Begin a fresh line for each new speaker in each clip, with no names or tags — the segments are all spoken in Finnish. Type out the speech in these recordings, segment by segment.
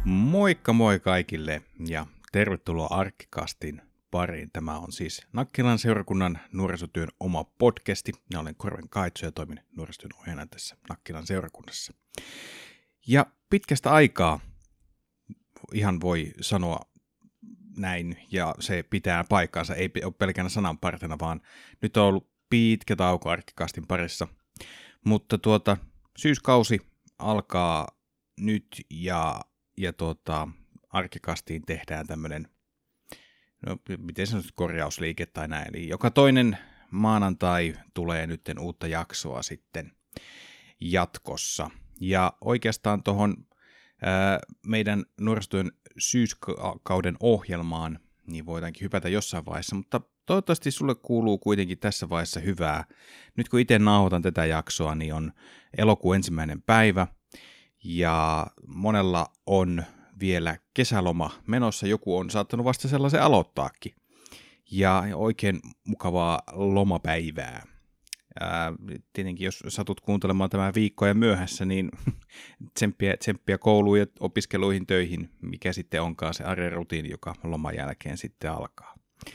Moikka moi kaikille ja tervetuloa Arkkikastin pariin. Tämä on siis Nakkilan seurakunnan nuorisotyön oma podcasti. Minä olen Korven Kaitsu ja toimin nuorisotyön ohjaajana tässä Nakkilan seurakunnassa. Ja pitkästä aikaa ihan voi sanoa näin, ja se pitää paikkaansa, ei ole pelkänä sananpartena, vaan nyt on ollut pitkä tauko Arkkikastin parissa. Mutta syyskausi alkaa nyt ja Arkkikastiin tehdään tämmöinen, no miten sanotaan, korjausliike tai näin. Eli joka toinen maanantai tulee nyt uutta jaksoa sitten jatkossa. Ja oikeastaan tuohon meidän nuorisotyön syyskauden ohjelmaan niin voidaankin hypätä jossain vaiheessa, mutta toivottavasti sulle kuuluu kuitenkin tässä vaiheessa hyvää. Nyt kun itse nauhoitan tätä jaksoa, niin on elokuun 1. päivä ja monella on vielä kesäloma menossa, joku on saattanut vasta sellaisen aloittaakin. Ja oikein mukavaa lomapäivää. Tietenkin jos satut kuuntelemaan tämän viikkoja myöhässä, niin tsemppiä kouluun ja opiskeluihin, töihin, mikä sitten onkaan se arjen rutiini, joka loman jälkeen sitten alkaa.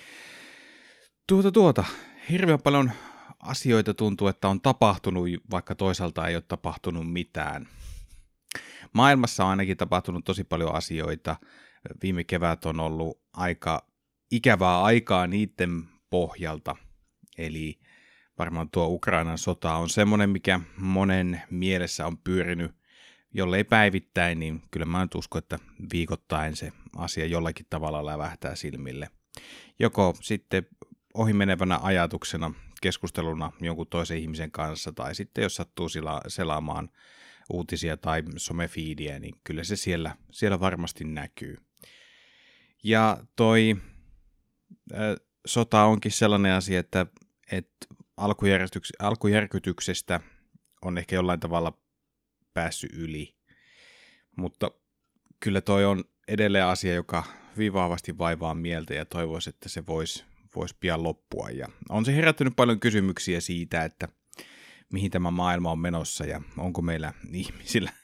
Hirveän paljon asioita tuntuu, että on tapahtunut, vaikka toisaalta ei ole tapahtunut mitään. Maailmassa on ainakin tapahtunut tosi paljon asioita. Viime kevät on ollut aika ikävää aikaa niiden pohjalta. Eli varmaan tuo Ukrainan sota on semmoinen, mikä monen mielessä on pyörinyt, jollei päivittäin, niin kyllä mä nyt uskon, että viikoittain se asia jollakin tavalla lävähtää silmille. Joko sitten ohimenevänä ajatuksena, keskusteluna jonkun toisen ihmisen kanssa, tai sitten jos sattuu selaamaan uutisia tai somefiidiä, niin kyllä se siellä varmasti näkyy. Ja toi sota onkin sellainen asia, että alkujärkytyksestä on ehkä jollain tavalla päässyt yli, mutta kyllä toi on edelleen asia, joka hyvin vahvasti vaivaa mieltä ja toivoisi, että se voisi pian loppua. Ja on se herättänyt paljon kysymyksiä siitä, että mihin tämä maailma on menossa ja onko meillä ihmisillä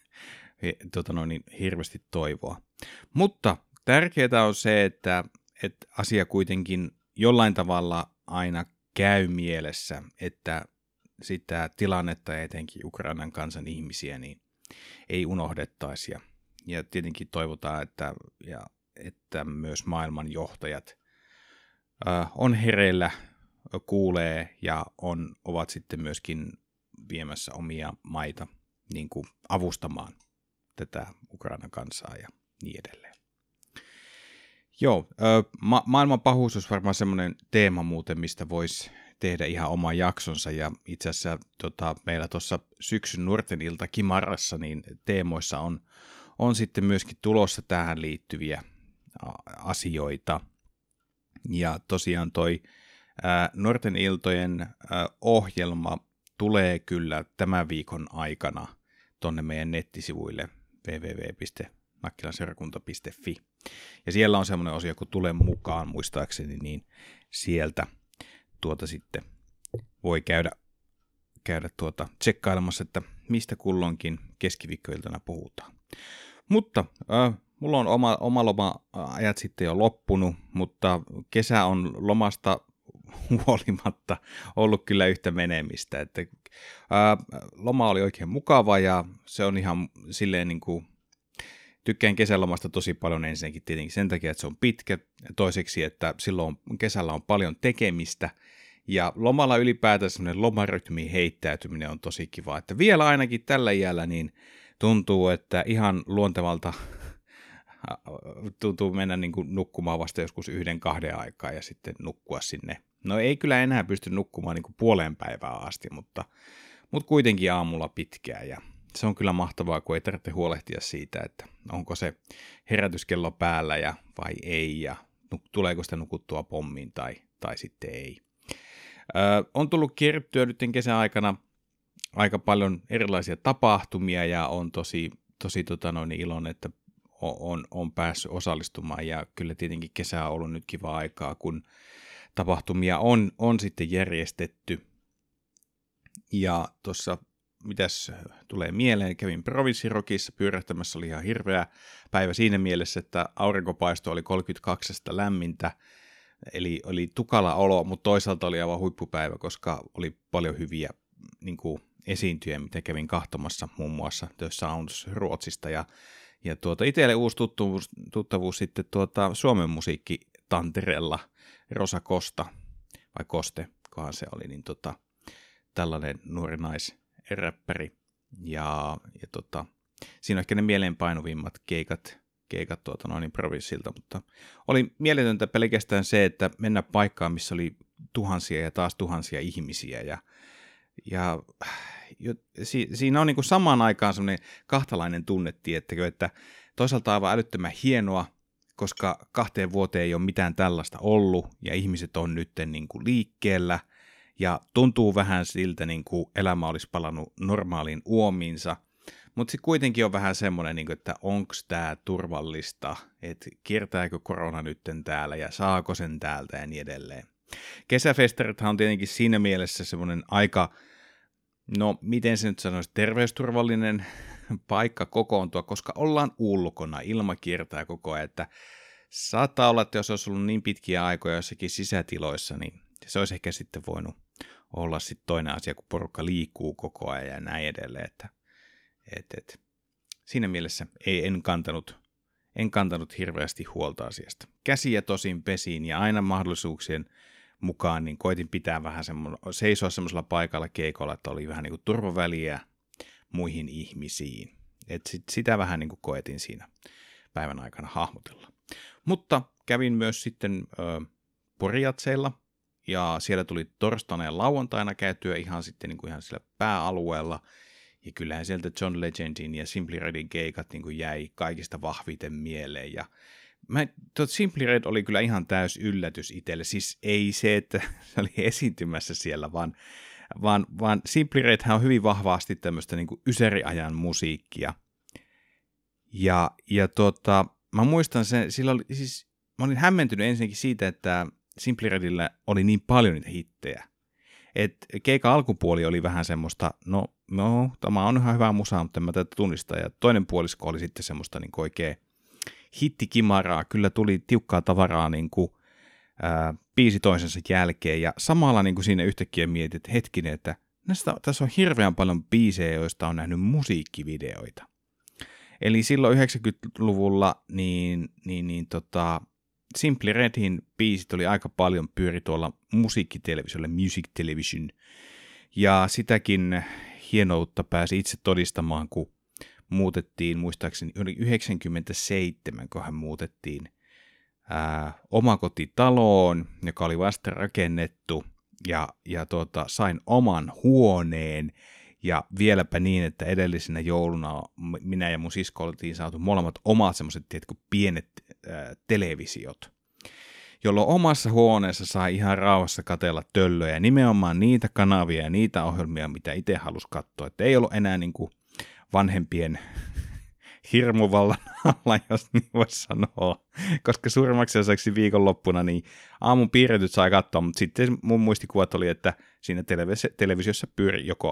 hirveästi toivoa. Mutta tärkeää on se, että asia kuitenkin jollain tavalla aina käy mielessä, että sitä tilannetta ja etenkin Ukrainan kansan ihmisiä niin ei unohdettaisi. Ja tietenkin toivotaan, että myös maailman johtajat on hereillä, kuulee ja ovat sitten myöskin viemässä omia maita niin kuin avustamaan tätä Ukrainan kansaa ja niin edelleen. Joo, maailman pahuus olisi varmaan semmoinen teema muuten, mistä voisi tehdä ihan oman jaksonsa, ja itse asiassa meillä tuossa syksyn nuorten ilta Kimarassa, niin teemoissa on sitten myöskin tulossa tähän liittyviä asioita, ja tosiaan toi nuorten iltojen ohjelma tulee kyllä tämän viikon aikana tonne meidän nettisivuille www.nakkilanseurakunta.fi. Ja siellä on semmoinen osio, kun tulee mukaan muistaakseni, niin sieltä sitten voi käydä tsekkailemassa, että mistä kulloinkin keskiviikkoiltana puhutaan. Mutta mulla on oma loma-ajat sitten jo loppunut, mutta kesä on lomasta huolimatta ollut kyllä yhtä menemistä. Että, loma oli oikein mukava ja se on ihan silleen niin kuin tykkään kesälomasta tosi paljon ensinnäkin tietenkin sen takia, että se on pitkä. Toiseksi, että silloin kesällä on paljon tekemistä. Ja lomalla ylipäätään semmoinen lomarytmiin heittäytyminen on tosi kiva. Että vielä ainakin tällä iällä niin tuntuu, että ihan luontevalta tuntuu mennä niin kuin nukkumaan vasta joskus 1-2 aikaa ja sitten nukkua sinne. No ei kyllä enää pysty nukkumaan niin kuin puoleen päivään asti, mutta kuitenkin aamulla pitkään. Ja se on kyllä mahtavaa, kun ei tarvitse huolehtia siitä, että onko se herätyskello päällä vai ei, ja tuleeko sitä nukuttua pommiin tai sitten ei. On tullut kierrettyä nyt kesän aikana aika paljon erilaisia tapahtumia, ja on tosi iloinen, että on päässyt osallistumaan, ja kyllä tietenkin kesä on ollut nyt kivaa aikaa, kun tapahtumia on sitten järjestetty. Ja tuossa mitäs tulee mieleen, kävin Provinssirokissa pyörähtämässä, oli ihan hirveä päivä siinä mielessä, että aurinkopaisto oli 32 lämmintä, eli oli tukala olo, mutta toisaalta oli aivan huippupäivä, koska oli paljon hyviä niin kuin esiintyjä, mitä kävin kahtomassa muun muassa The Sounds Ruotsista, ja itselle uusi tuttavuus sitten Suomen musiikki Tantereella, Rosa Kosta, vai Koste, kohan se oli, niin tällainen nuori naisräppäri, ja siinä on ehkä ne mieleenpainuvimmat keikat Provinssilta, mutta oli mieletöntä pelkästään se, että mennä paikkaan, missä oli tuhansia ja taas tuhansia ihmisiä, ja siinä on niin kuin samaan aikaan semmoinen kahtalainen tunne, tiettäkö, että toisaalta aivan älyttömän hienoa, koska 2 vuoteen ei ole mitään tällaista ollut, ja ihmiset on nyt niin kuin liikkeellä, ja tuntuu vähän siltä, niin kuin elämä olisi palannut normaaliin uomiinsa, mutta sitten kuitenkin on vähän semmoinen, niin että onko tämä turvallista, että kiertääkö korona nytten täällä, ja saako sen täältä, ja niin edelleen. Kesäfestarithan on tietenkin siinä mielessä semmoinen aika, no miten se nyt sanoisi, terveysturvallinen paikka kokoontua, koska ollaan ulkona, ilma kiertää koko ajan, että saattaa olla, että jos olisi ollut niin pitkiä aikoja jossakin sisätiloissa, niin se olisi ehkä sitten voinut olla sitten toinen asia, kun porukka liikkuu koko ajan ja näin edelleen, että siinä mielessä en kantanut hirveästi huolta asiasta. Käsiä tosin pesiin ja aina mahdollisuuksien mukaan niin koitin pitää vähän seisoa semmoisella paikalla keikolla, että oli vähän niin kuin turvaväliä muihin ihmisiin. Sitä vähän niin kuin koetin siinä päivän aikana hahmotella. Mutta kävin myös sitten Porijatseilla, ja siellä tuli torstaina ja lauantaina käytyä ihan sitten niin kuin ihan sillä pääalueella, ja kyllähän sieltä John Legendin ja Simply Redin keikat niin kuin jäi kaikista vahviten mieleen, ja Simply Red oli kyllä ihan täys yllätys itselle, siis ei se, että se oli esiintymässä siellä, vaan Simply Redhän on hyvin vahvasti tämmöistä niin kuin ysäriajan musiikkia, ja mä muistan sen, mä olin hämmentynyt ensinnäkin siitä, että Simply Redillä oli niin paljon niitä hittejä. Et keikan alkupuoli oli vähän semmoista, no, tämä on ihan hyvä musa, mutta en mä tätä tunnista. Ja toinen puolisko oli sitten semmoista niin oikein hittikimaraa. Kyllä tuli tiukkaa tavaraa niin kuin, biisi toisensa jälkeen. Ja samalla niin kuin siinä yhtäkkiä mietit, että hetkinen, että tässä on hirveän paljon biisejä, joista on nähnyt musiikkivideoita. Eli silloin 90-luvulla Simply Redin biisit oli aika paljon pyöri tuolla musiikkitelevisiolla, Music Television, ja sitäkin hienoutta pääsi itse todistamaan, kun muutettiin, muistaakseni 97, kun hän muutettiin omakotitaloon, joka oli vasta rakennettu, ja sain oman huoneen, ja vieläpä niin, että edellisenä jouluna minä ja mun sisko oltiin saatu molemmat omat semmoiset, pienet televisiot, jolloin omassa huoneessa sai ihan rauhassa katsella töllöjä, nimenomaan niitä kanavia ja niitä ohjelmia, mitä itse halusi katsoa. Että ei ollut enää niin kuin vanhempien hirmuvallan alla, jos niin voisi sanoa, koska suurimmaksi osaksi viikonloppuna niin aamun piirretyt sai katsoa, mutta sitten mun muistikuvat oli, että siinä televisiossa pyöri joko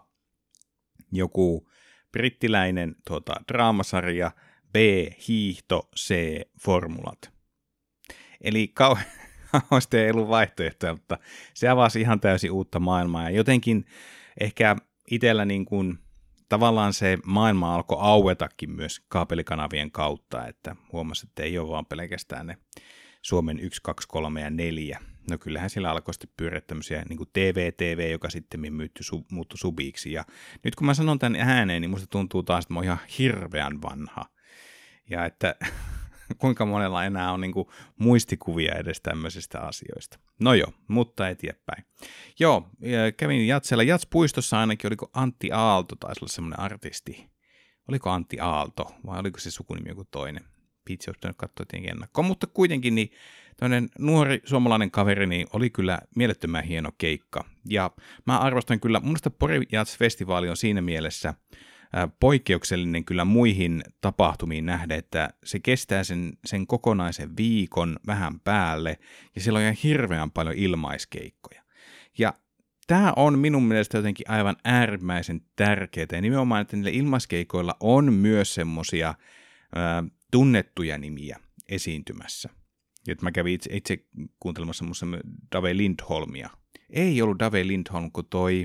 joku brittiläinen draamasarja, B, hiihto, C, formulat. Eli kauheasti ei ollut vaihtoehtoja, mutta se avasi ihan täysin uutta maailmaa. Ja jotenkin ehkä itsellä niin kuin, tavallaan se maailma alkoi auetakin myös kaapelikanavien kautta, että huomasi, että ei ole vaan pelkästään ne Suomen 1, 2, 3 ja 4. No kyllähän siellä alkoi sitten pyöriä tämmöisiä niin kuin TV, joka sitten muuttui subiiksi. Ja nyt kun mä sanon tämän ääneen, niin musta tuntuu taas, että mä oon ihan hirveän vanha. Ja että kuinka monella enää on niin kuin muistikuvia edes tämmöisistä asioista. No joo, mutta eteenpäin. Joo, kävin Jatseella. Jats-puistossa ainakin, oliko Antti Aalto, taisi olla semmoinen artisti. Oliko Antti Aalto vai oliko se sukunimi joku toinen? Pitsi olisi pitänyt katsoa tietenkin ennakkoon. Mutta kuitenkin niin tämmöinen nuori suomalainen kaveri niin oli kyllä mielettömän hieno keikka. Ja mä arvostan kyllä, mun mielestä Pori Jats-festivaali on siinä mielessä poikkeuksellinen kyllä muihin tapahtumiin nähden, että se kestää sen kokonaisen viikon vähän päälle, ja siellä on ihan hirveän paljon ilmaiskeikkoja. Ja tämä on minun mielestä jotenkin aivan äärimmäisen tärkeää. Ja nimenomaan, että niillä ilmaiskeikoilla on myös semmoisia tunnettuja nimiä esiintymässä. Nyt mä kävin itse kuuntelemassa semmoista Dave Lindholmia. Ei ollut Dave Lindholm, kun toi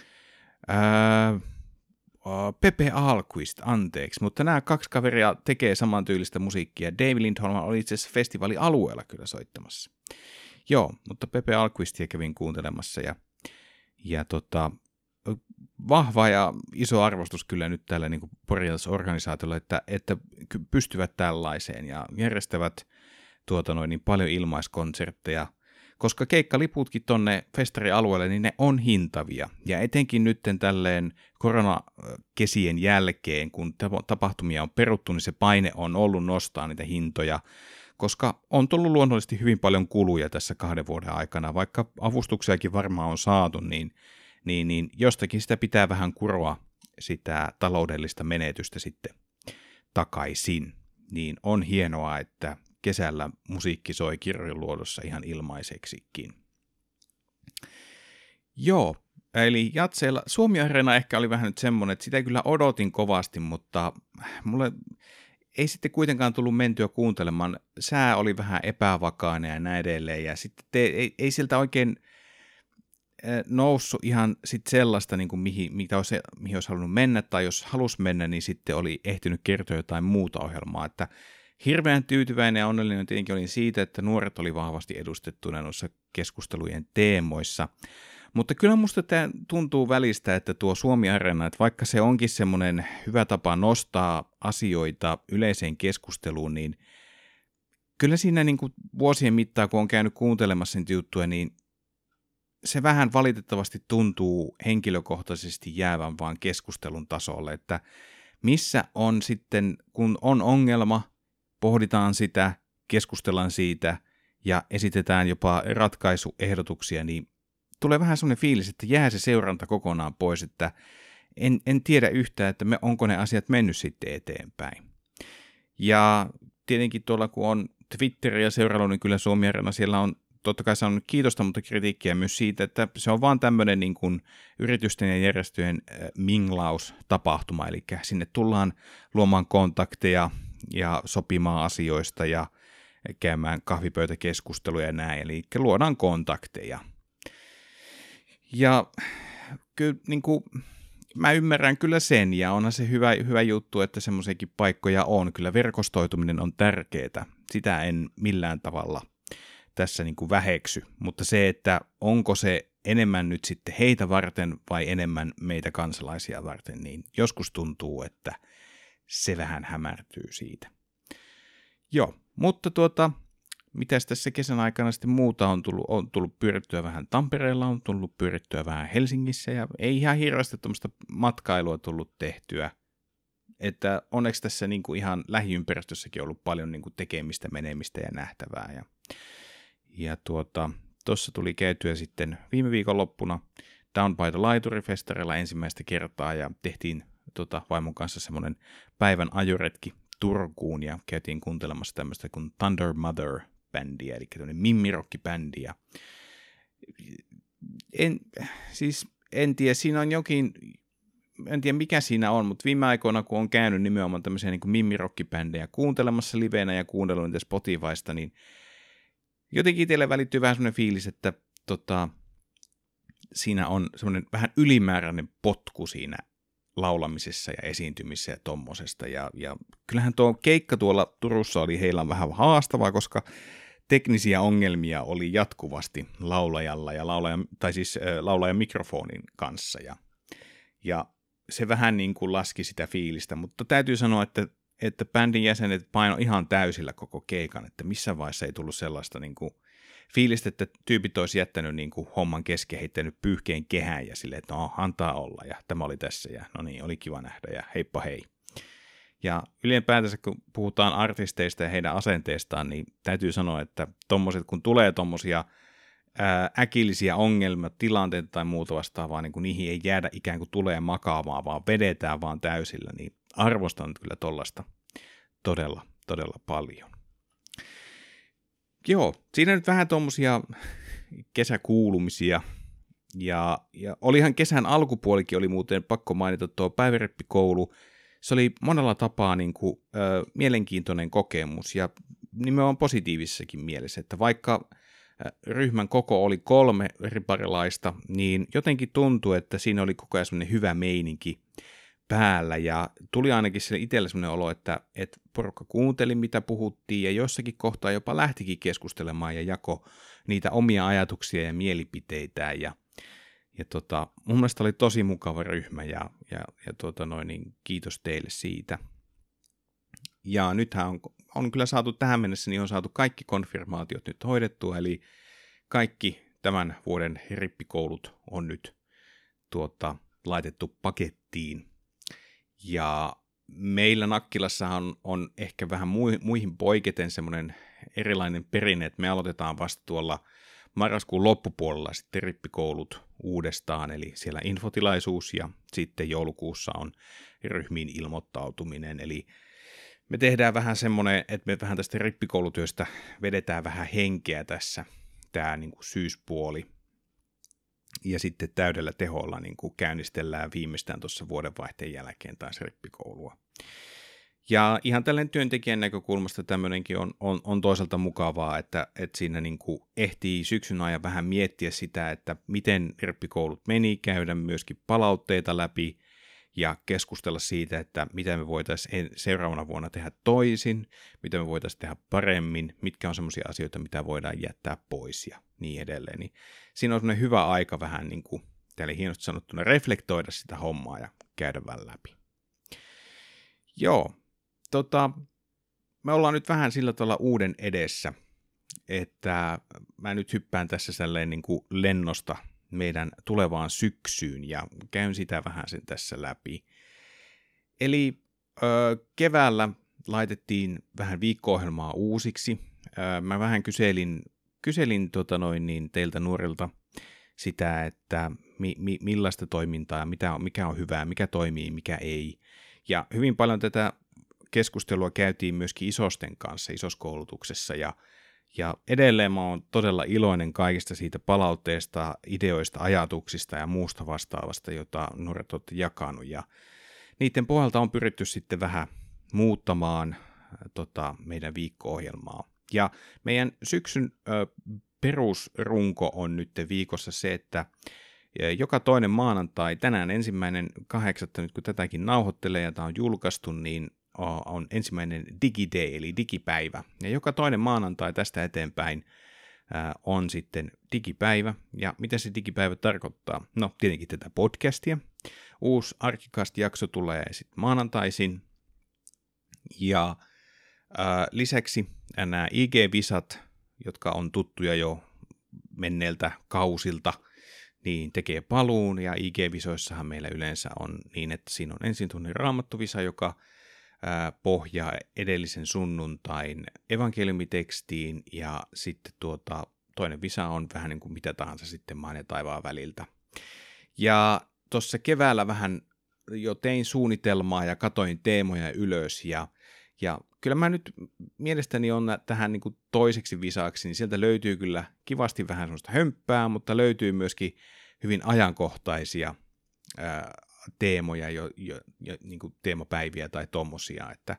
Pepe Ahlqvist, anteeksi. Mutta nämä kaksi kaveria tekee samantyylistä musiikkia. Dave Lindholm oli itse asiassa festivaalialueella kyllä soittamassa. Joo, mutta Pepe Ahlqvistia kävin kuuntelemassa ja vahva ja iso arvostus kyllä nyt tällä niin kuin porilasorganisaatiolla, että pystyvät tällaiseen ja järjestävät niin paljon ilmaiskonsertteja, koska keikkaliputkin tonne festarialueelle, niin ne on hintavia. Ja etenkin nyt tälleen koronakesien jälkeen, kun tapahtumia on peruttu, niin se paine on ollut nostaa niitä hintoja, koska on tullut luonnollisesti hyvin paljon kuluja tässä 2 vuoden aikana, vaikka avustuksiakin varmaan on saatu, niin jostakin sitä pitää vähän kuroa sitä taloudellista menetystä sitten takaisin. Niin on hienoa, että kesällä musiikki soi Kirjon Luodossa ihan ilmaiseksikin. Joo, eli jatseilla Suomi-areena ehkä oli vähän nyt semmoinen, että sitä kyllä odotin kovasti, mutta mulle ei sitten kuitenkaan tullut mentyä kuuntelemaan. Sää oli vähän epävakainen ja näin edelleen, ja sitten ei sieltä oikein noussut ihan sit sellaista, niin kuin mihin olisi halunnut mennä, tai jos halusi mennä, niin sitten oli ehtinyt kertoa jotain muuta ohjelmaa, että hirveän tyytyväinen ja onnellinen tietenkin olin siitä, että nuoret oli vahvasti edustettuna noissa keskustelujen teemoissa. Mutta kyllä musta tämä tuntuu välistä, että tuo Suomi-areena, että vaikka se onkin semmoinen hyvä tapa nostaa asioita yleiseen keskusteluun, niin kyllä siinä niin kuin vuosien mittaan, kun on käynyt kuuntelemassa niitä juttuja, niin se vähän valitettavasti tuntuu henkilökohtaisesti jäävän vaan keskustelun tasolle, että missä on sitten, kun on ongelma, pohditaan sitä, keskustellaan siitä ja esitetään jopa ratkaisuehdotuksia, niin tulee vähän sellainen fiilis, että jää se seuranta kokonaan pois, että en tiedä yhtään, että onko ne asiat mennyt sitten eteenpäin. Ja tietenkin tuolla kun on Twitteriä seurannut, niin kyllä Suomi-areena siellä on totta kai saanut kiitosta, mutta kritiikkiä myös siitä, että se on vaan tämmöinen niin kuin yritysten ja järjestöjen minglaus-tapahtuma, eli sinne tullaan luomaan kontakteja ja sopimaan asioista ja käymään kahvipöytäkeskusteluja ja näin, eli luodaan kontakteja. Ja kyllä niin kuin, mä ymmärrän kyllä sen, ja onhan se hyvä juttu, että semmoisiakin paikkoja on. Kyllä verkostoituminen on tärkeää, sitä en millään tavalla tässä niin kuin väheksy, mutta se, että onko se enemmän nyt sitten heitä varten vai enemmän meitä kansalaisia varten, niin joskus tuntuu, että se vähän hämärtyy siitä. Joo, mutta mitäs tässä kesän aikana sitten muuta on tullut pyörittyä vähän Tampereella, on tullut pyörittyä vähän Helsingissä ja ei ihan hirveästi tuommoista matkailua tullut tehtyä. Että onneksi tässä niin kuin ihan lähiympäristössäkin ollut paljon niin kuin tekemistä, menemistä ja nähtävää. Ja tuossa tuli käytyä sitten viime viikonloppuna Down by the Laituri-festarilla ensimmäistä kertaa ja tehtiin vaimon kanssa semmoinen päivän ajoretki Turkuun ja käytiin kuuntelemassa tämmöistä kuin Thunder Mother-bändiä, eli tämmöinen mimmirokki-bändi. En tiedä, siinä on jokin, en tiedä mikä siinä on, mutta viime aikoina kun on käynyt nimenomaan tämmöisiä niin kuin mimmirokki-bändejä kuuntelemassa livenä ja kuunnellut niitä Spotifysta, niin jotenkin itselle välittyy vähän semmoinen fiilis, että siinä on semmoinen vähän ylimääräinen potku siinä laulamisessa ja esiintymisessä ja tommosesta. Ja kyllähän tuo keikka tuolla Turussa oli heillä vähän haastavaa, koska teknisiä ongelmia oli jatkuvasti laulajalla ja laulajan mikrofonin kanssa. Ja se vähän niin kuin laski sitä fiilistä, mutta täytyy sanoa, että bändin jäsenet paino ihan täysillä koko keikan, että missä vaiheessa ei tullut sellaista niin kuin fiilistä, että tyypit olisi jättänyt niin kuin homman kesken, heittänyt pyyhkeen kehään ja silleen, että no antaa olla ja tämä oli tässä ja no niin, oli kiva nähdä ja heippa hei. Ja ylipäätänsä kun puhutaan artisteista ja heidän asenteestaan, niin täytyy sanoa, että tommoset, kun tulee tommosia äkillisiä ongelmia, tilanteita tai muuta vastaavaa, niin kun niihin ei jäädä ikään kuin tulee makaamaan, vaan vedetään vaan täysillä, niin arvostan kyllä tollaista todella, todella paljon. Joo, siinä nyt vähän tommosia kesäkuulumisia Ja olihan kesän alkupuolikin, oli muuten pakko mainita tuo päivärippikoulu. Se oli monella tapaa niin kuin, mielenkiintoinen kokemus ja nimenomaan positiivisessakin mielessä, että vaikka ryhmän koko oli 3 riparilaista, niin jotenkin tuntui, että siinä oli koko ajan semmoinen hyvä meininki päällä ja tuli ainakin sille itselle semmoinen olo, että porukka kuunteli mitä puhuttiin ja jossakin kohtaa jopa lähtikin keskustelemaan ja jako niitä omia ajatuksia ja mielipiteitä ja mun mielestä oli tosi mukava ryhmä ja niin kiitos teille siitä. Ja nythän on kyllä saatu tähän mennessä, niin on saatu kaikki konfirmaatiot nyt hoidettua, eli kaikki tämän vuoden rippikoulut on nyt laitettu pakettiin. Ja meillä Nakkilassahan on ehkä vähän muihin poiketen semmoinen erilainen perinne, että me aloitetaan vasta tuolla marraskuun loppupuolella sitten rippikoulut uudestaan, eli siellä infotilaisuus ja sitten joulukuussa on ryhmiin ilmoittautuminen, eli me tehdään vähän semmoinen, että me vähän tästä rippikoulutyöstä vedetään vähän henkeä tässä, tämä niin kuin syyspuoli, ja sitten täydellä teholla niin kuin käynnistellään viimeistään tuossa vuodenvaihteen jälkeen taas rippikoulua. Ja ihan tällainen työntekijän näkökulmasta tämmöinenkin on toisaalta mukavaa, että siinä niin kuin ehtii syksyn ajan vähän miettiä sitä, että miten rippikoulut meni, käydä myöskin palautteita läpi ja keskustella siitä, että mitä me voitaisiin seuraavana vuonna tehdä toisin, mitä me voitaisiin tehdä paremmin, mitkä on semmoisia asioita, mitä voidaan jättää pois ja niin edelleen. Niin siinä on semmoinen hyvä aika vähän niin kuin, täällä hienosti sanottuna, reflektoida sitä hommaa ja käydä vähän läpi. Joo. Me ollaan nyt vähän sillä tavalla uuden edessä, että mä nyt hyppään tässä sälleen niin kuin lennosta meidän tulevaan syksyyn ja käyn sitä vähän sen tässä läpi. Eli keväällä laitettiin vähän viikko-ohjelmaa uusiksi. Mä vähän kyselin teiltä nuorilta sitä, että millaista toimintaa ja mikä on hyvää, mikä toimii, mikä ei. Ja hyvin paljon tätä keskustelua käytiin myöskin isosten kanssa isoskoulutuksessa ja edelleen mä oon todella iloinen kaikista siitä palautteesta, ideoista, ajatuksista ja muusta vastaavasta, jota nuoret olette jakanut ja niiden pohjalta on pyritty sitten vähän muuttamaan meidän viikko-ohjelmaa. Ja meidän syksyn perusrunko on nyt viikossa se, että joka toinen maanantai, tänään 1.8. nyt kun tätäkin nauhoittelee ja tämä on julkaistu, niin on ensimmäinen digiday eli digipäivä. Ja joka toinen maanantai tästä eteenpäin on sitten digipäivä. Ja mitä se digipäivä tarkoittaa? No tietenkin tätä podcastia. Uusi Arkikast-jakso tulee sitten maanantaisin. Ja lisäksi nämä IG-visat, jotka on tuttuja jo menneeltä kausilta, niin tekee paluun. Ja IG-visoissahan meillä yleensä on niin, että siinä on ensin tunnin raamattuvisa, joka pohjaa edellisen sunnuntain evankeliumitekstiin ja sitten toinen visa on vähän niin kuin mitä tahansa sitten maan ja taivaan väliltä. Ja tuossa keväällä vähän jo tein suunnitelmaa ja katoin teemoja ylös ja kyllä mä nyt mielestäni on tähän niin kuin toiseksi visaksi, niin sieltä löytyy kyllä kivasti vähän semmoista hömppää, mutta löytyy myöskin hyvin ajankohtaisia teemoja, niin kuin teemapäiviä tai tommosia, että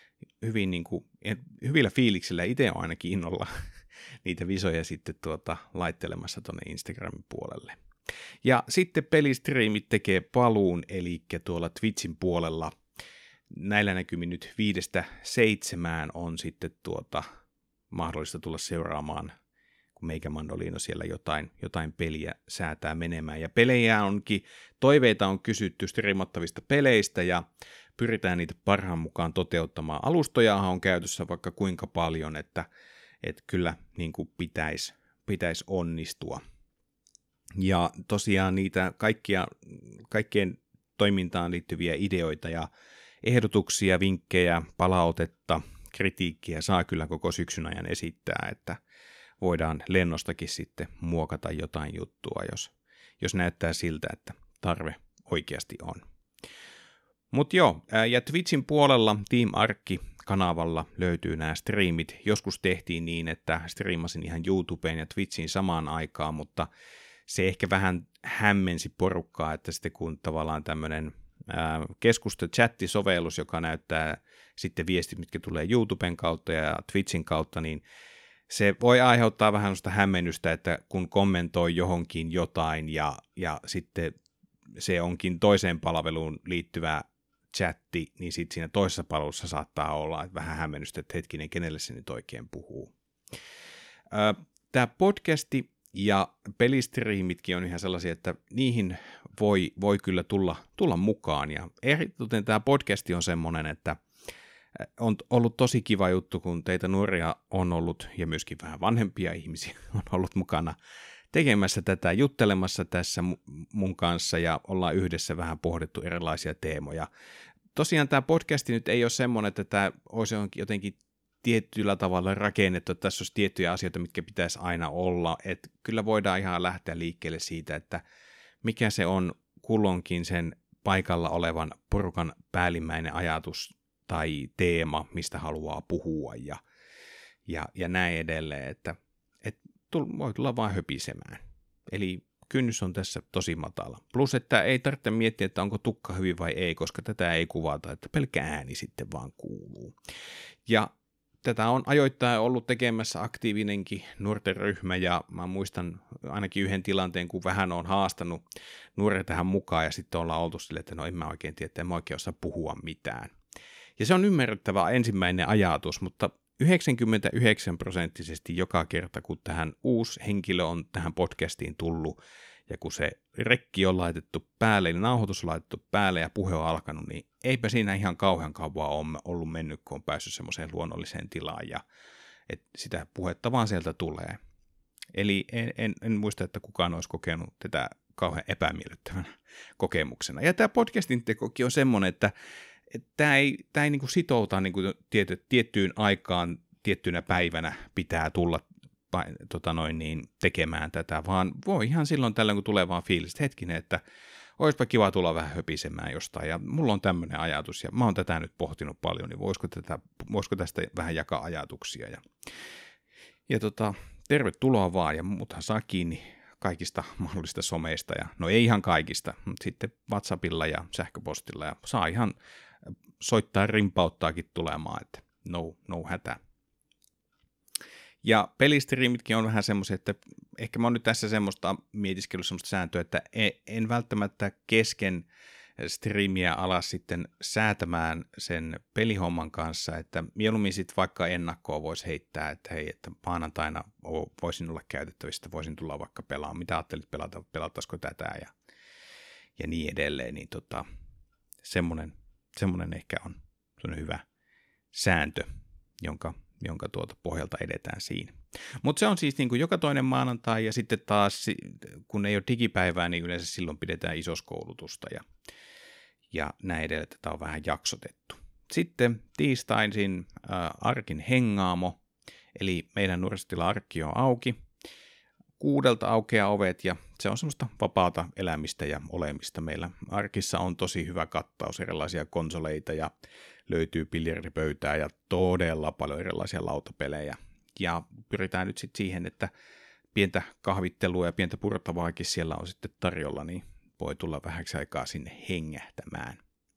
hyvillä fiiliksillä itse on ainakin innolla niitä visoja sitten laittelemassa tuonne Instagramin puolelle. Ja sitten pelistriimit tekee paluun, eli tuolla Twitchin puolella näillä näkymin nyt 5-7 on sitten mahdollista tulla seuraamaan, kun meikä Mandoliino siellä jotain peliä säätää menemään. Ja pelejä toiveita on kysytty striimattavista peleistä ja pyritään niitä parhaan mukaan toteuttamaan. Alustojahan on käytössä vaikka kuinka paljon, että kyllä niin kuin pitäisi onnistua. Ja tosiaan niitä kaikkien toimintaan liittyviä ideoita ja ehdotuksia, vinkkejä, palautetta, kritiikkiä saa kyllä koko syksyn ajan esittää, että voidaan lennostakin sitten muokata jotain juttua, jos näyttää siltä, että tarve oikeasti on. Mutta joo, ja Twitchin puolella Team Arkki-kanavalla löytyy nämä striimit. Joskus tehtiin niin, että striimasin ihan YouTubeen ja Twitchiin samaan aikaan, mutta se ehkä vähän hämmensi porukkaa, että sitten kun tavallaan tämmöinen chattisovellus, joka näyttää sitten viestit, mitkä tulee YouTuben kautta ja Twitchin kautta, niin se voi aiheuttaa vähän sellaista hämmennystä, että kun kommentoi johonkin jotain ja sitten se onkin toiseen palveluun liittyvä chatti, niin sitten siinä toisessa palvelussa saattaa olla vähän hämmennystä, että hetkinen, kenelle se nyt oikein puhuu. Tämä podcasti ja pelistriimitkin on ihan sellaisia, että niihin voi kyllä tulla mukaan. Ja eritoten tämä podcasti on semmoinen, että on ollut tosi kiva juttu, kun teitä nuoria on ollut, ja myöskin vähän vanhempia ihmisiä on ollut mukana tekemässä tätä, juttelemassa tässä mun kanssa, ja ollaan yhdessä vähän pohdittu erilaisia teemoja. Tosiaan tämä podcasti nyt ei ole semmoinen, että tämä olisi jotenkin tietyllä tavalla rakennettu, että tässä olisi tiettyjä asioita, mitkä pitäisi aina olla, että kyllä voidaan ihan lähteä liikkeelle siitä, että mikä se on kulloinkin sen paikalla olevan porukan päällimmäinen ajatus tai teema, mistä haluaa puhua ja näin edelleen, että voi tulla vaan höpisemään. Eli kynnys on tässä tosi matala. Plus, että ei tarvitse miettiä, että onko tukka hyvin vai ei, koska tätä ei kuvata, että pelkkä ääni sitten vaan kuuluu. Ja tätä on ajoittain ollut tekemässä aktiivinenkin nuorten ryhmä, ja mä muistan ainakin yhden tilanteen, kun vähän on haastanut nuoria tähän mukaan, ja sitten ollaan oltu silleen, että no en mä oikein tiedä, että en mä oikein osaa puhua mitään. Ja se on ymmärrettävä ensimmäinen ajatus, mutta 99% joka kerta, kun tähän uusi henkilö on tähän podcastiin tullut, ja kun se rekki on laitettu päälle, eli nauhoitus on laitettu päälle ja puhe on alkanut, niin eipä siinä ihan kauhean kauan ole ollut mennyt, kun on päässyt semmoiseen luonnolliseen tilaan, ja että sitä puhetta vaan sieltä tulee. Eli en muista, että kukaan olisi kokenut tätä kauhean epämiellyttävänä kokemuksena. Ja tämä podcastin tekokin on semmoinen, että tämä ei niin kuin sitouta niin kuin tiettyyn aikaan, tiettynä päivänä pitää tulla tekemään tätä, vaan voi ihan silloin tällöin, kun tulee vaan fiilis, hetkinen, että olisipa kiva tulla vähän höpisemään jostain, ja mulla on tämmöinen ajatus, ja mä oon tätä nyt pohtinut paljon, niin voisiko tästä vähän jakaa ajatuksia, ja tervetuloa vaan, ja muthan saa kiinni kaikista mahdollisista someista, ja no ei ihan kaikista, mutta sitten WhatsAppilla ja sähköpostilla, ja saa ihan soittaa rimpauttaakin tulemaan, että no hätä. Ja pelistriimitkin on vähän semmoisia, että ehkä mä oon nyt tässä semmoista mietiskellyt semmoista sääntöä, että en välttämättä kesken striimiä alas sitten säätämään sen pelihomman kanssa, että mieluummin sitten vaikka ennakkoa voisi heittää, että hei, että maanantaina voisin olla käytettävissä, voisin tulla vaikka pelaamaan, mitä ajattelit pelattaisiko tätä ja niin edelleen, niin semmoinen ehkä on semmoinen hyvä sääntö, jonka pohjalta edetään siinä. Mutta se on siis niin kuin joka toinen maanantai, ja sitten taas, kun ei ole digipäivää, niin yleensä silloin pidetään isoskoulutusta, ja näin edelleen, että tämä on vähän jaksotettu. Sitten tiistaisin Arkin hengaamo, eli meidän nuorisotila-arkki on auki. 6 aukeaa ovet, ja se on semmoista vapaata elämistä ja olemista. Meillä arkissa on tosi hyvä kattaus, erilaisia konsoleita, ja löytyy biljardipöytää ja todella paljon erilaisia lautapelejä. Ja pyritään nyt sitten siihen, että pientä kahvittelua ja pientä purtavaakin siellä on sitten tarjolla, niin voi tulla vähäksi aikaa sinne hengähtämään.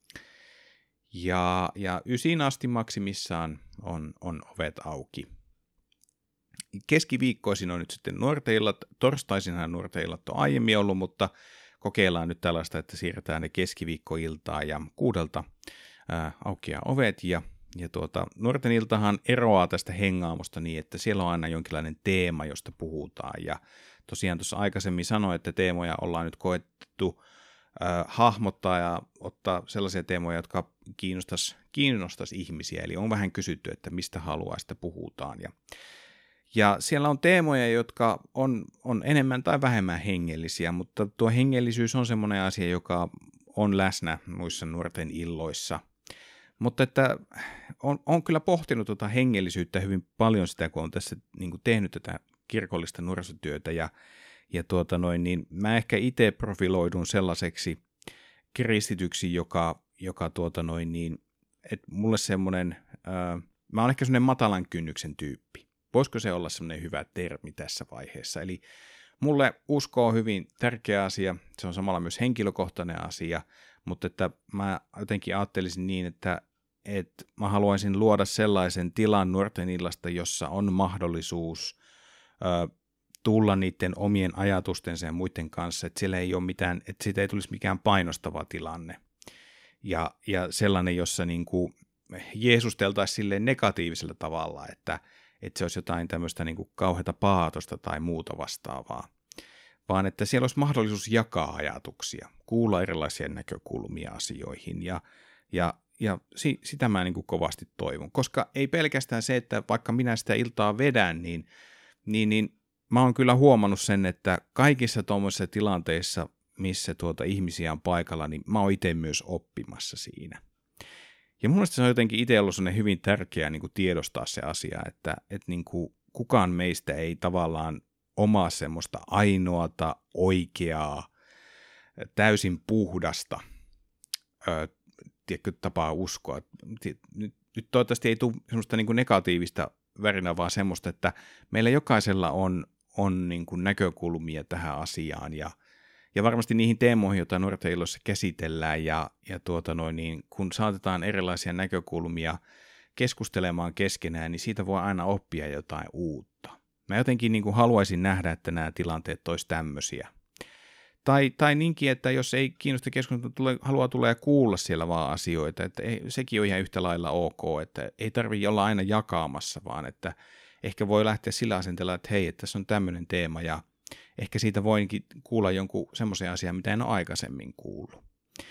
Ja 9 asti maksimissaan on ovet auki. Keskiviikkoisin on nyt sitten nuorten illat, torstaisinhan nuorten illat on aiemmin ollut, mutta kokeillaan nyt tällaista, että siirretään ne keskiviikkoiltaan ja 6 aukeaa ovet, ja nuorten iltahan eroaa tästä hengaamosta niin, että siellä on aina jonkinlainen teema, josta puhutaan, ja tosiaan tuossa aikaisemmin sanoin, että teemoja ollaan nyt koettu hahmottaa ja ottaa sellaisia teemoja, jotka kiinnostaisi ihmisiä, eli on vähän kysytty, että mistä haluaa, sitä puhutaan, ja siellä on teemoja, jotka on enemmän tai vähemmän hengellisiä, mutta tuo hengellisyys on semmoinen asia, joka on läsnä muissa nuorten illoissa. Mutta että on kyllä pohtinut tuota hengellisyyttä hyvin paljon sitä, kun on tässä niin kuin tehnyt tätä kirkollista nuorisotyötä, niin mä ehkä itse profiloidun sellaiseksi kristityksi, joka että mulle semmoinen, mä oon ehkä semmoinen matalan kynnyksen tyyppi. Voisiko se olla semmoinen hyvä termi tässä vaiheessa? Eli mulle usko on hyvin tärkeä asia, se on samalla myös henkilökohtainen asia, mutta että mä jotenkin ajattelisin niin, että mä haluaisin luoda sellaisen tilan nuorten illasta, jossa on mahdollisuus tulla niiden omien ajatustensa ja muiden kanssa, että siellä ei ole mitään, että siitä ei tulisi mikään painostava tilanne. Ja sellainen, jossa niin kuin jeesusteltaisiin silleen negatiivisella tavalla, että se olisi jotain tämmöistä niin kuin kauheata paatosta tai muuta vastaavaa, vaan että siellä olisi mahdollisuus jakaa ajatuksia, kuulla erilaisia näkökulmia asioihin ja sitä mä niin kuin kovasti toivon, koska ei pelkästään se, että vaikka minä sitä iltaa vedän, niin mä oon kyllä huomannut sen, että kaikissa tuommoisissa tilanteissa, missä ihmisiä on paikalla, niin mä oon itse myös oppimassa siinä. Ja mun mielestä se on jotenkin itse ollut sellainen hyvin tärkeää niin kuin tiedostaa se asia, että niin kuin kukaan meistä ei tavallaan omaa semmoista ainoata, oikeaa, täysin puhdasta tapaa uskoa. Nyt toivottavasti ei tule semmoista niin kuin negatiivista värinä, vaan semmoista, että meillä jokaisella on niin kuin näkökulmia tähän asiaan ja varmasti niihin teemoihin, joita nuorten illoissa käsitellään ja kun saatetaan erilaisia näkökulmia keskustelemaan keskenään, niin siitä voi aina oppia jotain uutta. Mä jotenkin niin kuin haluaisin nähdä, että nämä tilanteet olisi tämmöisiä. Tai niinkin, että jos ei kiinnosta keskustella, haluaa tulla ja kuulla siellä vaan asioita, että sekin on ihan yhtä lailla ok, että ei tarvitse olla aina jakaamassa, vaan että ehkä voi lähteä sillä asenteella, että hei, että tässä on tämmöinen teema ja ehkä siitä voinkin kuulla jonkun semmoisen asian, mitä en ole aikaisemmin kuullut.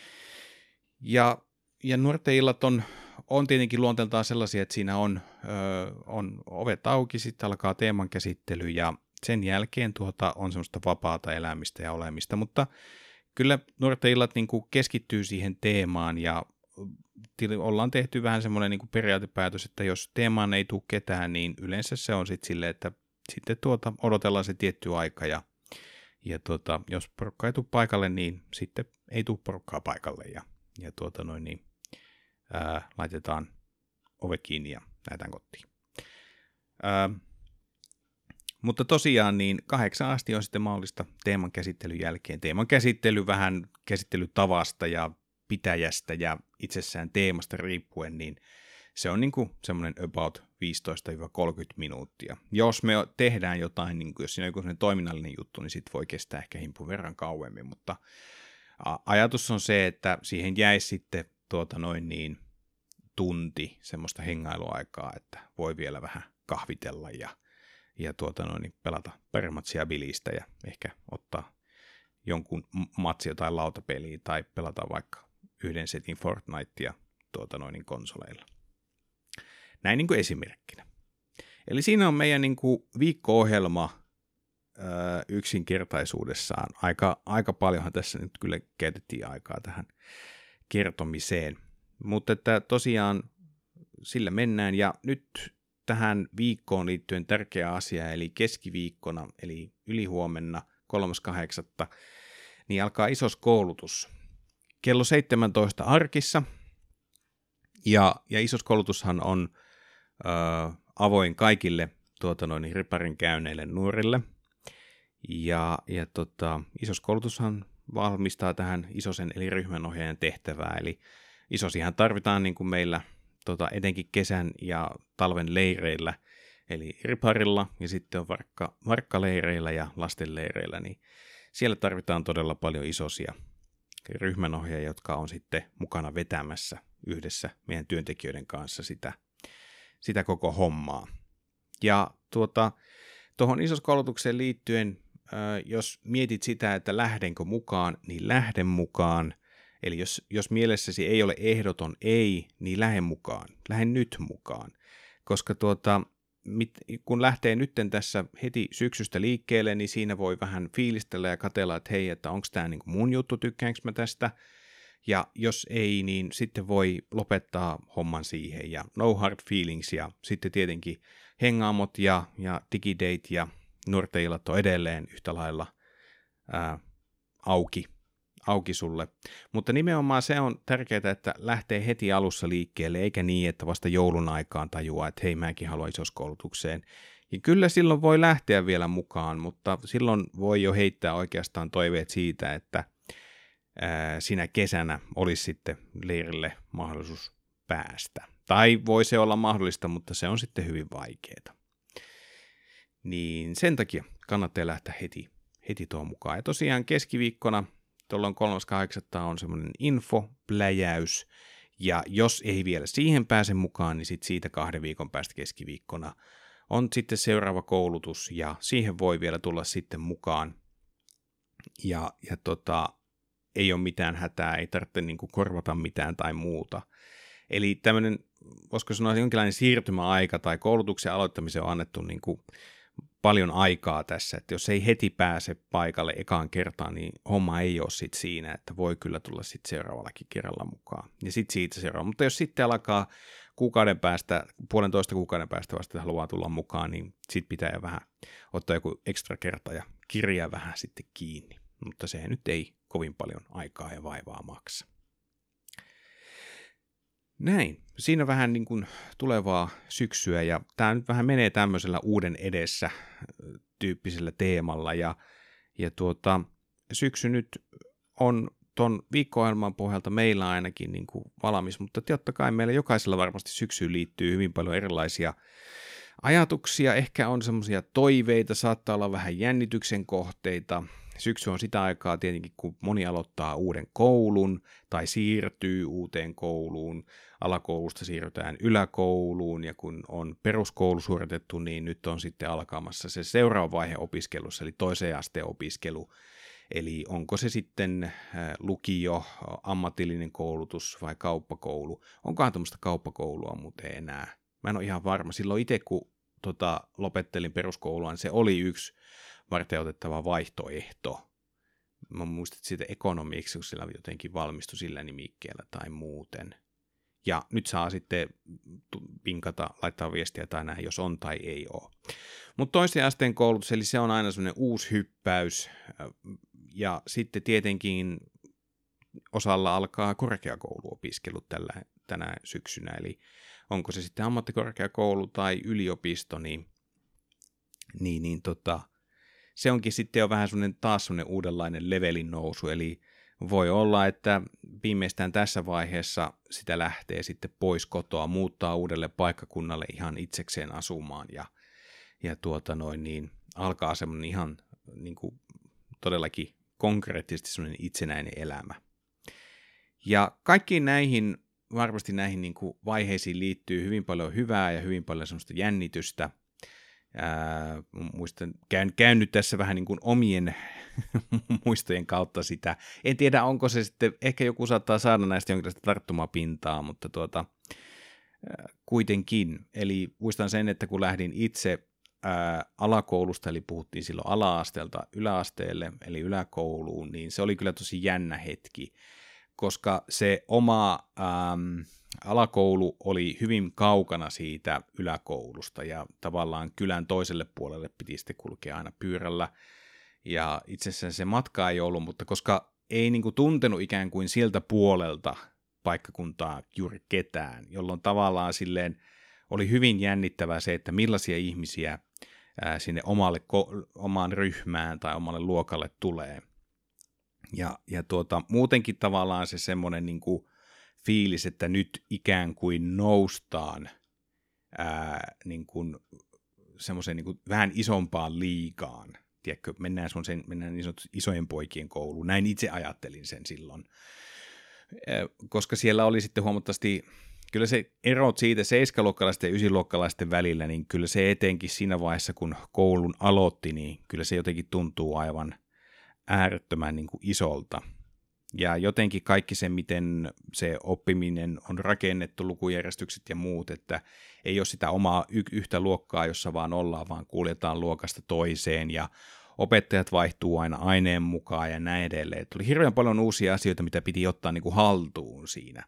Ja nuorten illat on tietenkin luonteeltaan sellaisia, että siinä on ovet auki, sitten alkaa teeman käsittely ja sen jälkeen on semmoista vapaata elämistä ja olemista, mutta kyllä nuorten illat niin kuin keskittyy siihen teemaan ja ollaan tehty vähän semmoinen niin kuin periaatepäätös, että jos teemaan ei tule ketään, niin yleensä se on sitten silleen, että sitten odotellaan se tietty aika ja jos porukka ei tule paikalle, niin sitten ei tule porukkaa paikalle ja laitetaan ove kiinni ja lähdetään kotiin. Mutta tosiaan niin 8 asti on sitten mahdollista teeman käsittelyn jälkeen. Teeman käsittely vähän käsittelytavasta ja pitäjästä ja itsessään teemasta riippuen, niin se on niin kuin semmoinen about 15-30 minuuttia. Jos me tehdään jotain, niin kuin jos siinä on joku semmoinen toiminnallinen juttu, niin sit voi kestää ehkä himpun verran kauemmin, mutta ajatus on se, että siihen jäisi sitten tunti semmoista hengailuaikaa, että voi vielä vähän kahvitella ja pelata perimatsia bilistä ja ehkä ottaa jonkun matsi jotain lautapeliä tai pelata vaikka yhden setin Fortnitea konsoleilla. Näin niin kuin esimerkkinä. Eli siinä on meidän niin kuin viikko-ohjelma yksinkertaisuudessaan. Aika paljonhan tässä nyt kyllä käytettiin aikaa tähän kertomiseen. Mutta että tosiaan sillä mennään ja nyt tähän viikkoon liittyen tärkeä asia, eli keskiviikkona, eli ylihuomenna 3.8. niin alkaa isoskoulutus. Kello 17 arkissa, ja isoskoulutushan on avoin kaikille riparin käyneille nuorille, ja isoskoulutushan valmistaa tähän isosen eli ryhmänohjaajan tehtävää, eli isosihan tarvitaan niin kuin meillä etenkin kesän ja talven leireillä, eli riparilla ja sitten on varkkaleireillä ja lastenleireillä, niin siellä tarvitaan todella paljon isosia ryhmänohjaajia, jotka on sitten mukana vetämässä yhdessä meidän työntekijöiden kanssa sitä koko hommaa. Ja tuohon isoskoulutukseen liittyen, jos mietit sitä, että lähdenkö mukaan, niin lähden mukaan. Eli jos mielessäsi ei ole ehdoton ei, niin lähde mukaan. Lähde nyt mukaan. Koska kun lähtee nytten tässä heti syksystä liikkeelle, niin siinä voi vähän fiilistellä ja katsella, että hei, että onko tämä niinku mun juttu, tykkäänkö mä tästä. Ja jos ei, niin sitten voi lopettaa homman siihen ja no hard feelings ja sitten tietenkin hengaamot ja digidate ja nuorten illat on edelleen yhtä lailla auki sulle. Mutta nimenomaan se on tärkeää, että lähtee heti alussa liikkeelle, eikä niin, että vasta joulun aikaan tajuaa, että hei, mäkin haluan isoskoulutukseen. Ja kyllä silloin voi lähteä vielä mukaan, mutta silloin voi jo heittää oikeastaan toiveet siitä, että sinä kesänä olisi sitten leirille mahdollisuus päästä. Tai voi se olla mahdollista, mutta se on sitten hyvin vaikeaa. Niin sen takia kannattaa lähteä heti tuon mukaan. Ja tosiaan keskiviikkona, tuolloin 3.8. on semmoinen infopläjäys, ja jos ei vielä siihen pääse mukaan, niin sit siitä 2 viikon päästä keskiviikkona on sitten seuraava koulutus, ja siihen voi vielä tulla sitten mukaan. Ja ei ole mitään hätää, ei tarvitse niin kuin korvata mitään tai muuta. Eli tämmöinen, voisiko sanoa jonkinlainen siirtymäaika tai koulutuksen aloittamiseen on annettu niin kuin paljon aikaa tässä, että jos ei heti pääse paikalle ekaan kertaan, niin homma ei ole sitten siinä, että voi kyllä tulla sitten seuraavallakin kerralla mukaan. Ja sitten siitä seuraava. Mutta jos sitten alkaa kuukauden päästä, 1,5 kuukauden päästä vasta haluaa tulla mukaan, niin sitten pitää jo vähän ottaa joku ekstra kerta ja kirjaa vähän sitten kiinni. Mutta se nyt ei kovin paljon aikaa ja vaivaa maksa. Näin. Siinä vähän niin kuin tulevaa syksyä, ja tämä nyt vähän menee tämmöisellä uuden edessä tyyppisellä teemalla, ja syksy nyt on ton viikko-ohjelman pohjalta meillä ainakin niin kuin valmis, mutta totta kai meillä jokaisella varmasti syksyyn liittyy hyvin paljon erilaisia ajatuksia, ehkä on semmoisia toiveita, saattaa olla vähän jännityksen kohteita. Syksy on sitä aikaa tietenkin, kun moni aloittaa uuden koulun tai siirtyy uuteen kouluun. Alakoulusta siirrytään yläkouluun, ja kun on peruskoulu suoritettu, niin nyt on sitten alkamassa se seuraava vaihe opiskelussa, eli toisen asteen opiskelu. Eli onko se sitten lukio, ammatillinen koulutus vai kauppakoulu? Onkohan tämmöistä kauppakoulua muuten enää? Mä en ole ihan varma. Silloin itse, kun lopettelin peruskoulua, niin se oli yksi varteenotettava vaihtoehto. Mä muistan, että siitä ekonomiksi, kun sillä jotenkin valmistui sillä nimikkeellä tai muuten. Ja nyt saa sitten pinkata, laittaa viestiä tai näin, jos on tai ei ole. Mutta toisen asteen koulutus, eli se on aina semmoinen uusi hyppäys. Ja sitten tietenkin osalla alkaa korkeakouluopiskelut tänä syksynä. Eli onko se sitten ammattikorkeakoulu tai yliopisto, niin se onkin sitten jo vähän taas semmoinen uudenlainen levelin nousu, eli voi olla, että viimeistään tässä vaiheessa sitä lähtee sitten pois kotoa, muuttaa uudelle paikkakunnalle ihan itsekseen asumaan ja alkaa semmoinen ihan niin kuin todellakin konkreettisesti semmoinen itsenäinen elämä. Ja kaikkiin varmasti näihin niin kuin vaiheisiin liittyy hyvin paljon hyvää ja hyvin paljon semmoista jännitystä. Muistan, käyn nyt tässä vähän niin kuin omien muistojen kautta sitä. En tiedä, onko se sitten, ehkä joku saattaa saada näistä jonkinlaista tarttumapintaa, mutta kuitenkin. Eli muistan sen, että kun lähdin itse alakoulusta, eli puhuttiin silloin ala-asteelta yläasteelle, eli yläkouluun, niin se oli kyllä tosi jännä hetki, koska se oma alakoulu oli hyvin kaukana siitä yläkoulusta, ja tavallaan kylän toiselle puolelle piti sitten kulkea aina pyörällä, ja itse asiassa se matka ei ollut, mutta koska ei niin kuin tuntenut ikään kuin siltä puolelta paikkakuntaa juuri ketään, jolloin tavallaan silleen oli hyvin jännittävää se, että millaisia ihmisiä sinne omaan ryhmään tai omalle luokalle tulee. Ja muutenkin tavallaan se semmoinen niin kuin fiilis, että nyt ikään kuin noustaan niin kuin semmoiseen niin kuin vähän isompaan liigaan. Tiedätkö, mennään isojen poikien kouluun. Näin itse ajattelin sen silloin. Koska siellä oli sitten huomattavasti, kyllä se erot siitä 7-luokkalaisten ja 9-luokkalaisten välillä, niin kyllä se etenkin siinä vaiheessa, kun koulun aloitti, niin kyllä se jotenkin tuntuu aivan äärettömän niin kuin isolta. Ja jotenkin kaikki se, miten se oppiminen on rakennettu, lukujärjestykset ja muut, että ei ole sitä omaa yhtä luokkaa, jossa vaan ollaan, vaan kuljetaan luokasta toiseen ja opettajat vaihtuu aina aineen mukaan ja näin edelleen. Tuli hirveän paljon uusia asioita, mitä piti ottaa niin kuin haltuun siinä.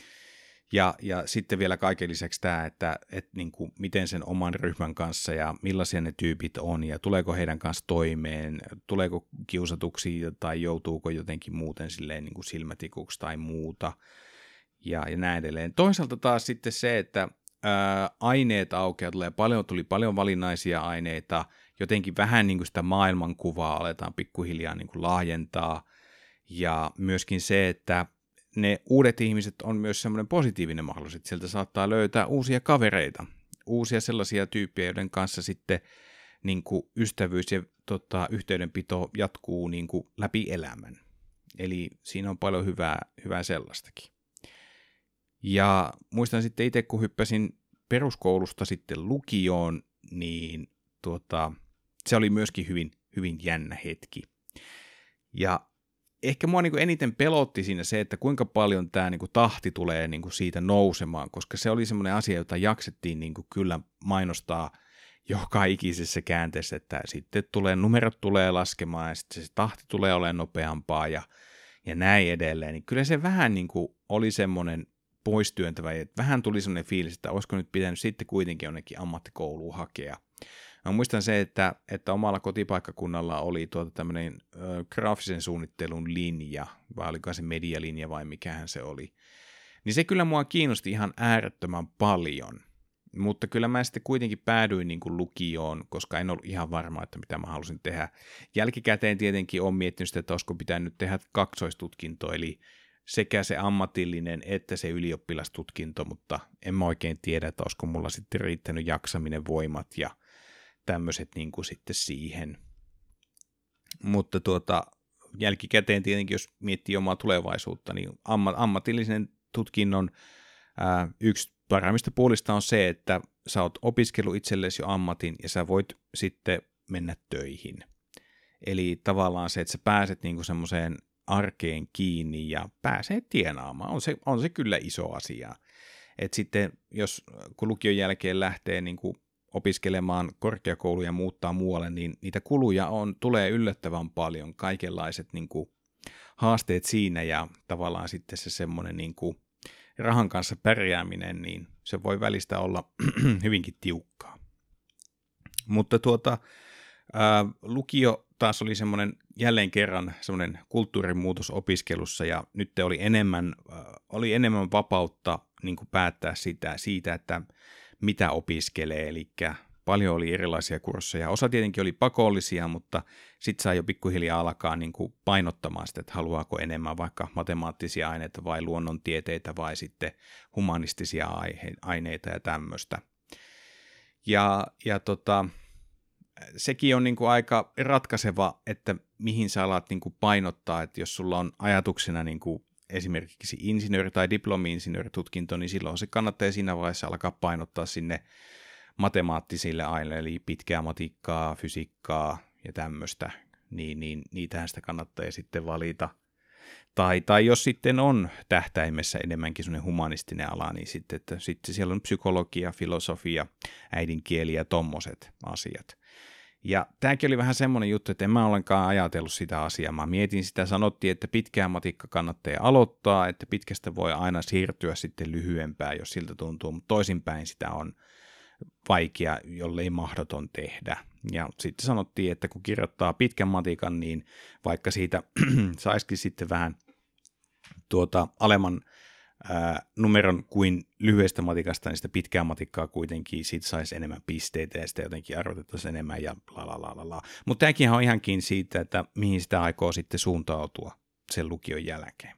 Ja sitten vielä kaiken lisäksi tämä, että niin kuin miten sen oman ryhmän kanssa ja millaisia ne tyypit on ja tuleeko heidän kanssa toimeen, tuleeko kiusatuksi tai joutuuko jotenkin muuten silleen niin kuin silmätikuksi tai muuta ja näin edelleen. Toisaalta taas sitten se, että aineet aukeaa, tuli paljon valinnaisia aineita, jotenkin vähän niin kuin sitä maailmankuvaa aletaan pikkuhiljaa niin kuin laajentaa, ja myöskin se, että ne uudet ihmiset on myös semmoinen positiivinen mahdollisuus, että sieltä saattaa löytää uusia kavereita, uusia sellaisia tyyppejä, joiden kanssa sitten niin kuin ystävyys ja yhteydenpito jatkuu niin kuin läpi elämän. Eli siinä on paljon hyvää sellaistakin. Ja muistan sitten itse, kun hyppäsin peruskoulusta sitten lukioon, niin se oli myöskin hyvin, hyvin jännä hetki. Ja ehkä mua niin kuin eniten pelotti siinä se, että kuinka paljon tämä niin kuin tahti tulee niin kuin siitä nousemaan, koska se oli semmoinen asia, jota jaksettiin niin kuin kyllä mainostaa joka ikisessä käänteessä, että sitten numerot tulee laskemaan ja sitten se tahti tulee olemaan nopeampaa ja näin edelleen. Niin kyllä se vähän niin kuin oli semmoinen poistyöntävä, että vähän tuli semmoinen fiilis, että olisiko nyt pitänyt sitten kuitenkin jonnekin ammattikouluun hakea. Mä muistan se, että omalla kotipaikkakunnalla oli tämmöinen graafisen suunnittelun linja, vai oliko se medialinja vai mikähän se oli. Niin se kyllä mua kiinnosti ihan äärettömän paljon, mutta kyllä mä sitten kuitenkin päädyin niin kuin lukioon, koska en ollut ihan varma, että mitä mä halusin tehdä. Jälkikäteen tietenkin olen miettinyt sitä, että olisiko pitänyt tehdä kaksoistutkinto, eli sekä se ammatillinen että se ylioppilastutkinto, mutta en mä oikein tiedä, että olisiko mulla sitten riittänyt jaksaminen, voimat ja tämmöiset niin kuin sitten siihen. Mutta jälkikäteen tietenkin, jos miettii omaa tulevaisuutta, niin ammatillisen tutkinnon yksi parhaimmista puolista on se, että sä oot opiskellut itsellesi jo ammatin ja sä voit sitten mennä töihin. Eli tavallaan se, että sä pääset niin kuin semmoiseen arkeen kiinni ja pääsee tienaamaan, on se kyllä iso asia. Et sitten kun lukion jälkeen lähtee niin kuin opiskelemaan korkeakouluja ja muuttaa muualle, niin niitä kuluja tulee yllättävän paljon, kaikenlaiset niin kuin haasteet siinä ja tavallaan sitten se semmoinen niin kuin rahan kanssa pärjääminen, niin se voi välistä olla hyvinkin tiukkaa. Mutta lukio taas oli semmoinen jälleen kerran semmoinen kulttuurimuutos opiskelussa ja nyt oli enemmän vapautta niin kuin päättää siitä, että mitä opiskelee, eli paljon oli erilaisia kursseja. Osa tietenkin oli pakollisia, mutta sitten sai jo pikkuhiljaa alkaa niin kuin painottamaan sitä, että haluaako enemmän vaikka matemaattisia aineita vai luonnontieteitä vai sitten humanistisia aineita ja tämmöistä. Ja sekin on niin kuin aika ratkaiseva, että mihin sä alat niin kuin painottaa, että jos sulla on ajatuksena niin kuin esimerkiksi insinööri- tai diplomi-insinööritutkinto, niin silloin se kannattaa siinä vaiheessa alkaa painottaa sinne matemaattisille aineille, eli pitkää matikkaa, fysiikkaa ja tämmöistä, niin niitähän sitä kannattaa sitten valita. Tai jos sitten on tähtäimessä enemmänkin semmoinen humanistinen ala, niin sitten siellä on psykologia, filosofia, äidinkieli ja tommoset asiat. Ja tämäkin oli vähän semmoinen juttu, että en mä ollenkaan ajatellut sitä asiaa. Mä mietin sitä, sanottiin, että pitkää matikka kannattaa aloittaa, että pitkästä voi aina siirtyä sitten lyhyempään, jos siltä tuntuu, mutta toisinpäin sitä on vaikea, jollei mahdoton tehdä. Ja sitten sanottiin, että kun kirjoittaa pitkän matikan, niin vaikka siitä saisikin sitten vähän alemman numeron kuin lyhyestä matikasta, niin sitä pitkää matikkaa kuitenkin siitä saisi enemmän pisteitä ja sitä jotenkin arvotettaisiin enemmän ja la. Mutta tämäkin on ihan kiinni siitä, että mihin sitä aikoo sitten suuntautua sen lukion jälkeen.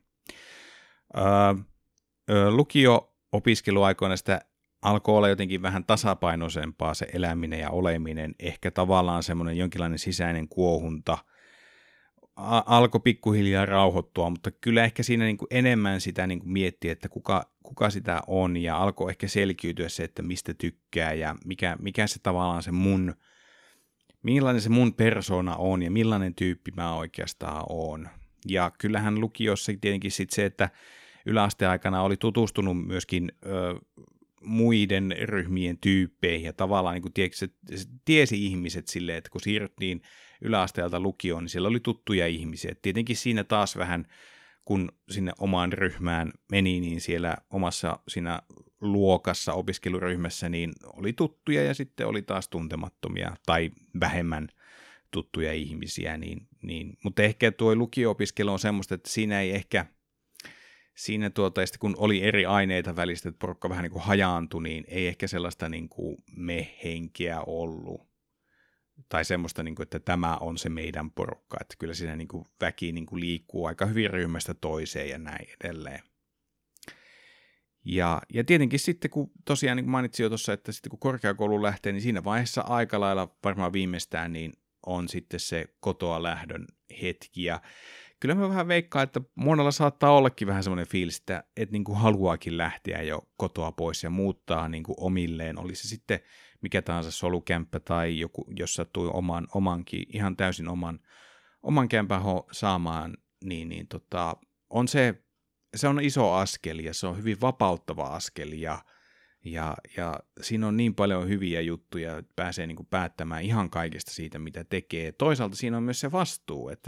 Lukio-opiskeluaikoina sitä alkoi olla jotenkin vähän tasapainoisempaa se eläminen ja oleminen, ehkä tavallaan semmoinen jonkinlainen sisäinen kuohunta, alkoi pikkuhiljaa rauhoittua, mutta kyllä ehkä siinä niin kuin enemmän sitä niin kuin miettii, että kuka sitä on, ja alkoi ehkä selkiytyä se, että mistä tykkää, ja mikä se tavallaan millainen se mun persona on, ja millainen tyyppi mä oikeastaan oon. Ja kyllähän lukiossa tietenkin sitten se, että yläasteaikana oli tutustunut myöskin muiden ryhmien tyyppeihin, ja tavallaan niin kuin tiesi ihmiset silleen, että kun siirryttiin yläasteelta lukioon, niin siellä oli tuttuja ihmisiä. Tietenkin siinä taas vähän, kun sinne omaan ryhmään meni, niin siellä omassa siinä luokassa, opiskeluryhmässä, niin oli tuttuja ja sitten oli taas tuntemattomia tai vähemmän tuttuja ihmisiä. Mutta ehkä tuo lukio-opiskelu on semmoista, että siinä ei ehkä siinä ja sitten kun oli eri aineita välistä, että porukka vähän niin kuin hajaantui, niin ei ehkä sellaista niin kuin me-henkeä ollut. Tai semmoista, niin kuin, että tämä on se meidän porukka. Että kyllä siinä niin kuin väki niin kuin liikkuu aika hyvin ryhmästä toiseen ja näin edelleen. Ja tietenkin sitten, kun tosiaan niin kuin mainitsin jo tuossa, että sitten kun korkeakoulu lähtee, niin siinä vaiheessa aika lailla varmaan viimeistään niin on sitten se kotoa lähdön hetki. Ja kyllä mä vähän veikkaan, että monella saattaa ollakin vähän semmoinen fiilis, että niin kuin haluaakin lähteä jo kotoa pois ja muuttaa niin kuin omilleen. Oli se sitten mikä tahansa solukämppä tai joku, jos sattui omankin, ihan täysin oman kämpän saamaan, niin on se on iso askel ja se on hyvin vapauttava askel ja siinä on niin paljon hyviä juttuja, että pääsee niin kuin päättämään ihan kaikesta siitä, mitä tekee. Toisaalta siinä on myös se vastuu, että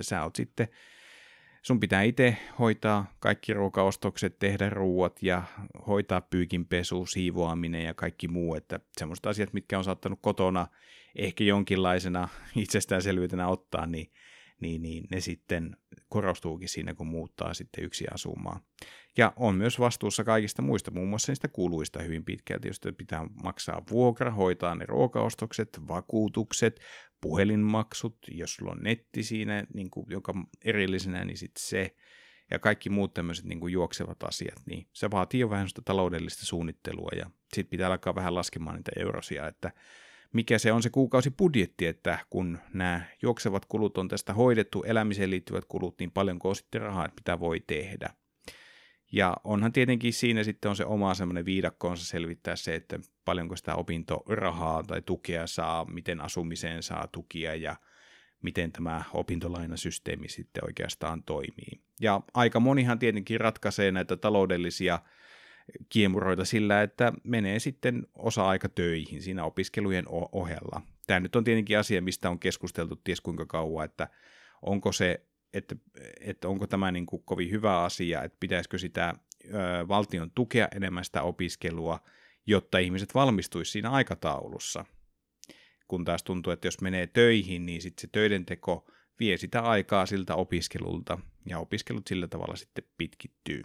sun pitää itse hoitaa kaikki ruokaostokset, tehdä ruuat ja hoitaa pyykinpesu, siivoaminen ja kaikki muu, että semmoiset asiat, mitkä on saattanut kotona ehkä jonkinlaisena itsestäänselvyytenä ottaa, niin ne sitten korostuukin siinä, kun muuttaa sitten yksin asumaan. Ja on myös vastuussa kaikista muista, muun muassa niistä kuluista hyvin pitkälti, josta pitää maksaa vuokra, hoitaa ne ruokaostokset, vakuutukset, puhelinmaksut, jos sulla on netti siinä, niin kuin, joka erillisenä, niin sitten se, ja kaikki muut tämmöiset niin kuin juoksevat asiat, niin se vaatii jo vähän sitä taloudellista suunnittelua, ja sitten pitää alkaa vähän laskemaan niitä eurosia, että mikä se on se kuukausibudjetti, että kun nämä juoksevat kulut on tästä hoidettu, elämiseen liittyvät kulut, niin paljonko on sitten rahaa, että mitä voi tehdä. Ja onhan tietenkin siinä sitten on se oma semmoinen viidakkoonsa selvittää se, että paljonko sitä opintorahaa tai tukea saa, miten asumiseen saa tukia ja miten tämä opintolainasysteemi sitten oikeastaan toimii. Ja aika monihan tietenkin ratkaisee näitä taloudellisia kiemuroita sillä, että menee sitten osa-aikatöihin siinä opiskelujen ohella. Tämä nyt on tietenkin asia, mistä on keskusteltu ties kuinka kauan, että onko se, että onko tämä niin kuin kovin hyvä asia, että pitäisikö sitä valtion tukea enemmän sitä opiskelua, jotta ihmiset valmistuisi siinä aikataulussa. Kun taas tuntuu, että jos menee töihin, niin sitten se töiden teko vie sitä aikaa siltä opiskelulta, ja opiskelut sillä tavalla sitten pitkittyy.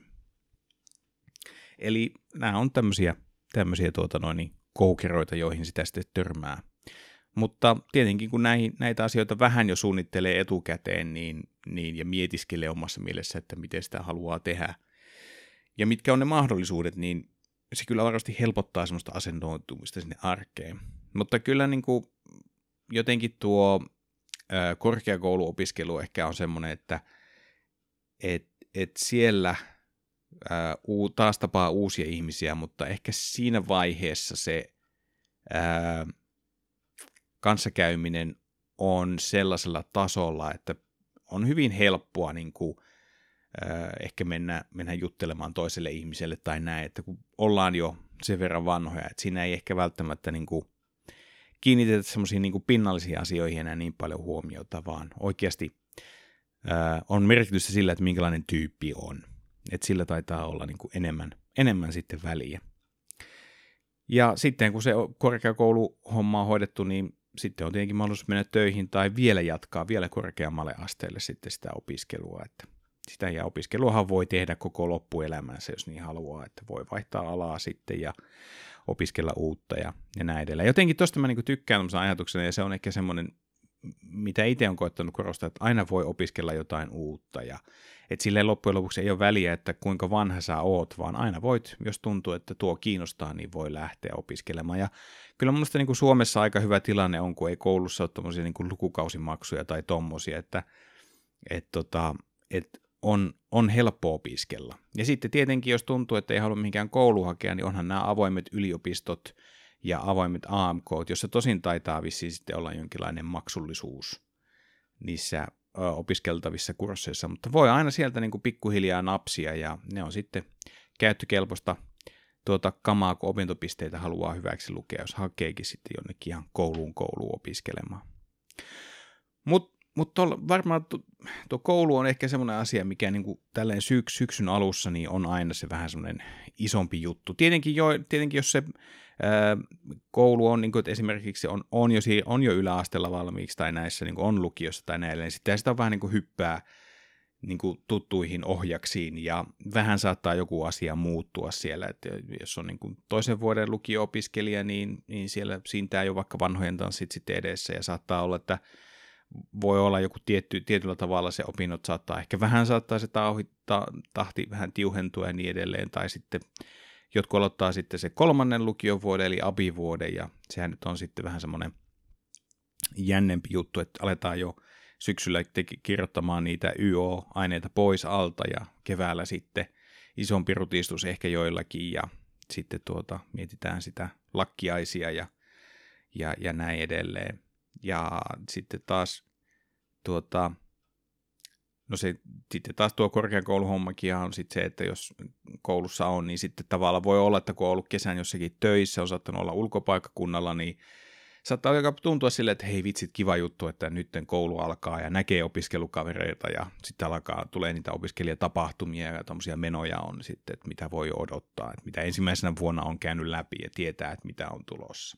Eli nämä on tämmöisiä koukeroita, joihin sitä sitten törmää. Mutta tietenkin kun näitä asioita vähän jo suunnittelee etukäteen niin, ja mietiskelee omassa mielessä, että miten sitä haluaa tehdä ja mitkä on ne mahdollisuudet, niin se kyllä varmasti helpottaa semmoista asennoitumista sinne arkeen. Mutta kyllä niin kuin jotenkin tuo korkeakouluopiskelu ehkä on semmoinen, että siellä taas tapaa uusia ihmisiä, mutta ehkä siinä vaiheessa se kanssakäyminen on sellaisella tasolla, että on hyvin helppoa niin kuin, ehkä mennä juttelemaan toiselle ihmiselle tai näin, että kun ollaan jo sen verran vanhoja, että siinä ei ehkä välttämättä niin kuin kiinnitetä semmoisiin niin kuin pinnallisiin asioihin enää niin paljon huomiota, vaan oikeasti on merkitystä sillä, että minkälainen tyyppi on. Että sillä taitaa olla niin kuin enemmän sitten väliä. Ja sitten kun se korkeakouluhomma on hoidettu, niin sitten on tietenkin mahdollisuus mennä töihin tai vielä jatkaa vielä korkeammalle asteelle sitten sitä opiskelua. Että sitä ja opiskeluahan voi tehdä koko loppuelämänsä, jos niin haluaa, että voi vaihtaa alaa sitten ja opiskella uutta ja näin edelleen. Jotenkin tuosta mä niin tykkään tämmöisen ajatuksena, ja se on ehkä semmoinen, mitä itse on koettanut korostaa, että aina voi opiskella jotain uutta, ja että silleen loppujen lopuksi ei ole väliä, että kuinka vanha sä oot, vaan aina voit, jos tuntuu, että tuo kiinnostaa, niin voi lähteä opiskelemaan. Ja kyllä mun mielestä niin kuin Suomessa aika hyvä tilanne on, kun ei koulussa ole tommosia niin kuin lukukausimaksuja tai tommosia, että on helppo opiskella. Ja sitten tietenkin, jos tuntuu, että ei halua mihinkään kouluun hakea, niin onhan nämä avoimet yliopistot ja avoimet AMKt, jossa tosin taitaa vissiin sitten olla jonkinlainen maksullisuus niissä opiskeltavissa kursseissa, mutta voi aina sieltä niin kuin pikkuhiljaa napsia, ja ne on sitten käyttökelpoista kamaa, kun opintopisteitä haluaa hyväksi lukea, jos hakeekin sitten jonnekin ihan kouluun opiskelemaan. Mutta varmaan tuo koulu on ehkä semmoinen asia, mikä niin kuin tälleen syksyn alussa niin on aina se vähän semmoinen isompi juttu. Tietenkin jos se koulu on, niin kuin, että esimerkiksi on jo yläasteella valmiiksi tai näissä niin kuin on lukiossa tai näillä, niin sitten sitä on vähän niin kuin hyppää niin kuin tuttuihin ohjaksiin, ja vähän saattaa joku asia muuttua siellä, että jos on niin kuin toisen vuoden lukio-opiskelija, niin siellä siintää jo vaikka vanhojen tanssit sitten edessä, ja saattaa olla, että voi olla joku tietyllä tavalla se opinnot saattaa se tahti vähän tiuhentua ja niin edelleen, tai sitten jotkut aloittaa sitten se 3. lukiovuoden, eli abivuoden, ja sehän nyt on sitten vähän semmoinen jännempi juttu, että aletaan jo syksyllä kirjoittamaan niitä YO-aineita pois alta, ja keväällä sitten isompi rutistus ehkä joillakin, ja sitten mietitään sitä lakkiaisia ja näin edelleen. Ja sitten taas sitten taas tuo korkeakouluhommakin on sitten se, että jos koulussa on, niin sitten tavallaan voi olla, että kun on ollut kesän jossakin töissä, on saattanut olla ulkopaikkakunnalla, niin saattaa aika tuntua silleen, että hei vitsit, kiva juttu, että nyt koulu alkaa ja näkee opiskelukavereita ja sitten tulee niitä opiskelijatapahtumia ja tommosia menoja on sitten, että mitä voi odottaa, että mitä ensimmäisenä vuonna on käynyt läpi ja tietää, että mitä on tulossa.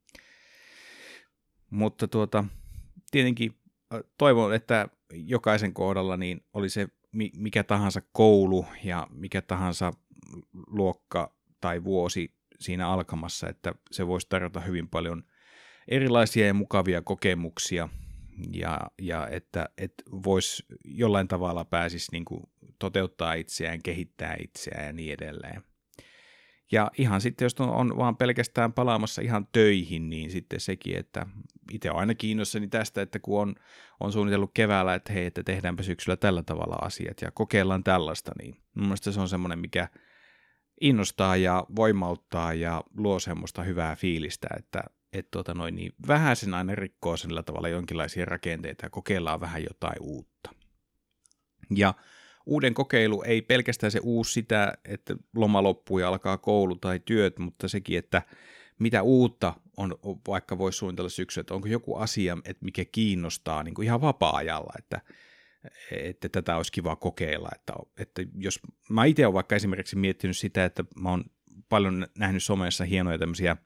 Mutta tietenkin toivon, että jokaisen kohdalla niin oli se mikä tahansa koulu ja mikä tahansa luokka tai vuosi siinä alkamassa, että se voisi tarjota hyvin paljon erilaisia ja mukavia kokemuksia ja että voisi jollain tavalla pääsisi niin kuin toteuttaa itseään, kehittää itseään ja niin edelleen. Ja ihan sitten, jos on vaan pelkästään palaamassa ihan töihin, niin sitten sekin, että itse olen aina kiinnossani tästä, että kun on suunnitellut keväällä, että hei, että tehdäänpä syksyllä tällä tavalla asiat ja kokeillaan tällaista, niin mun mielestä se on semmoinen, mikä innostaa ja voimauttaa ja luo semmoista hyvää fiilistä, että niin vähäisen aina rikkoo sillä tavalla jonkinlaisia rakenteita ja kokeillaan vähän jotain uutta. Ja uuden kokeilu ei pelkästään se uusi sitä, että loma loppuu ja alkaa koulu tai työt, mutta sekin, että mitä uutta on, vaikka voisi suunnitella syksyllä, että onko joku asia, että mikä kiinnostaa niin kuin ihan vapaa-ajalla, että tätä olisi kiva kokeilla. Että jos mä itse olen vaikka esimerkiksi miettinyt sitä, että mä oon paljon nähnyt somessa hienoja tämmöisiä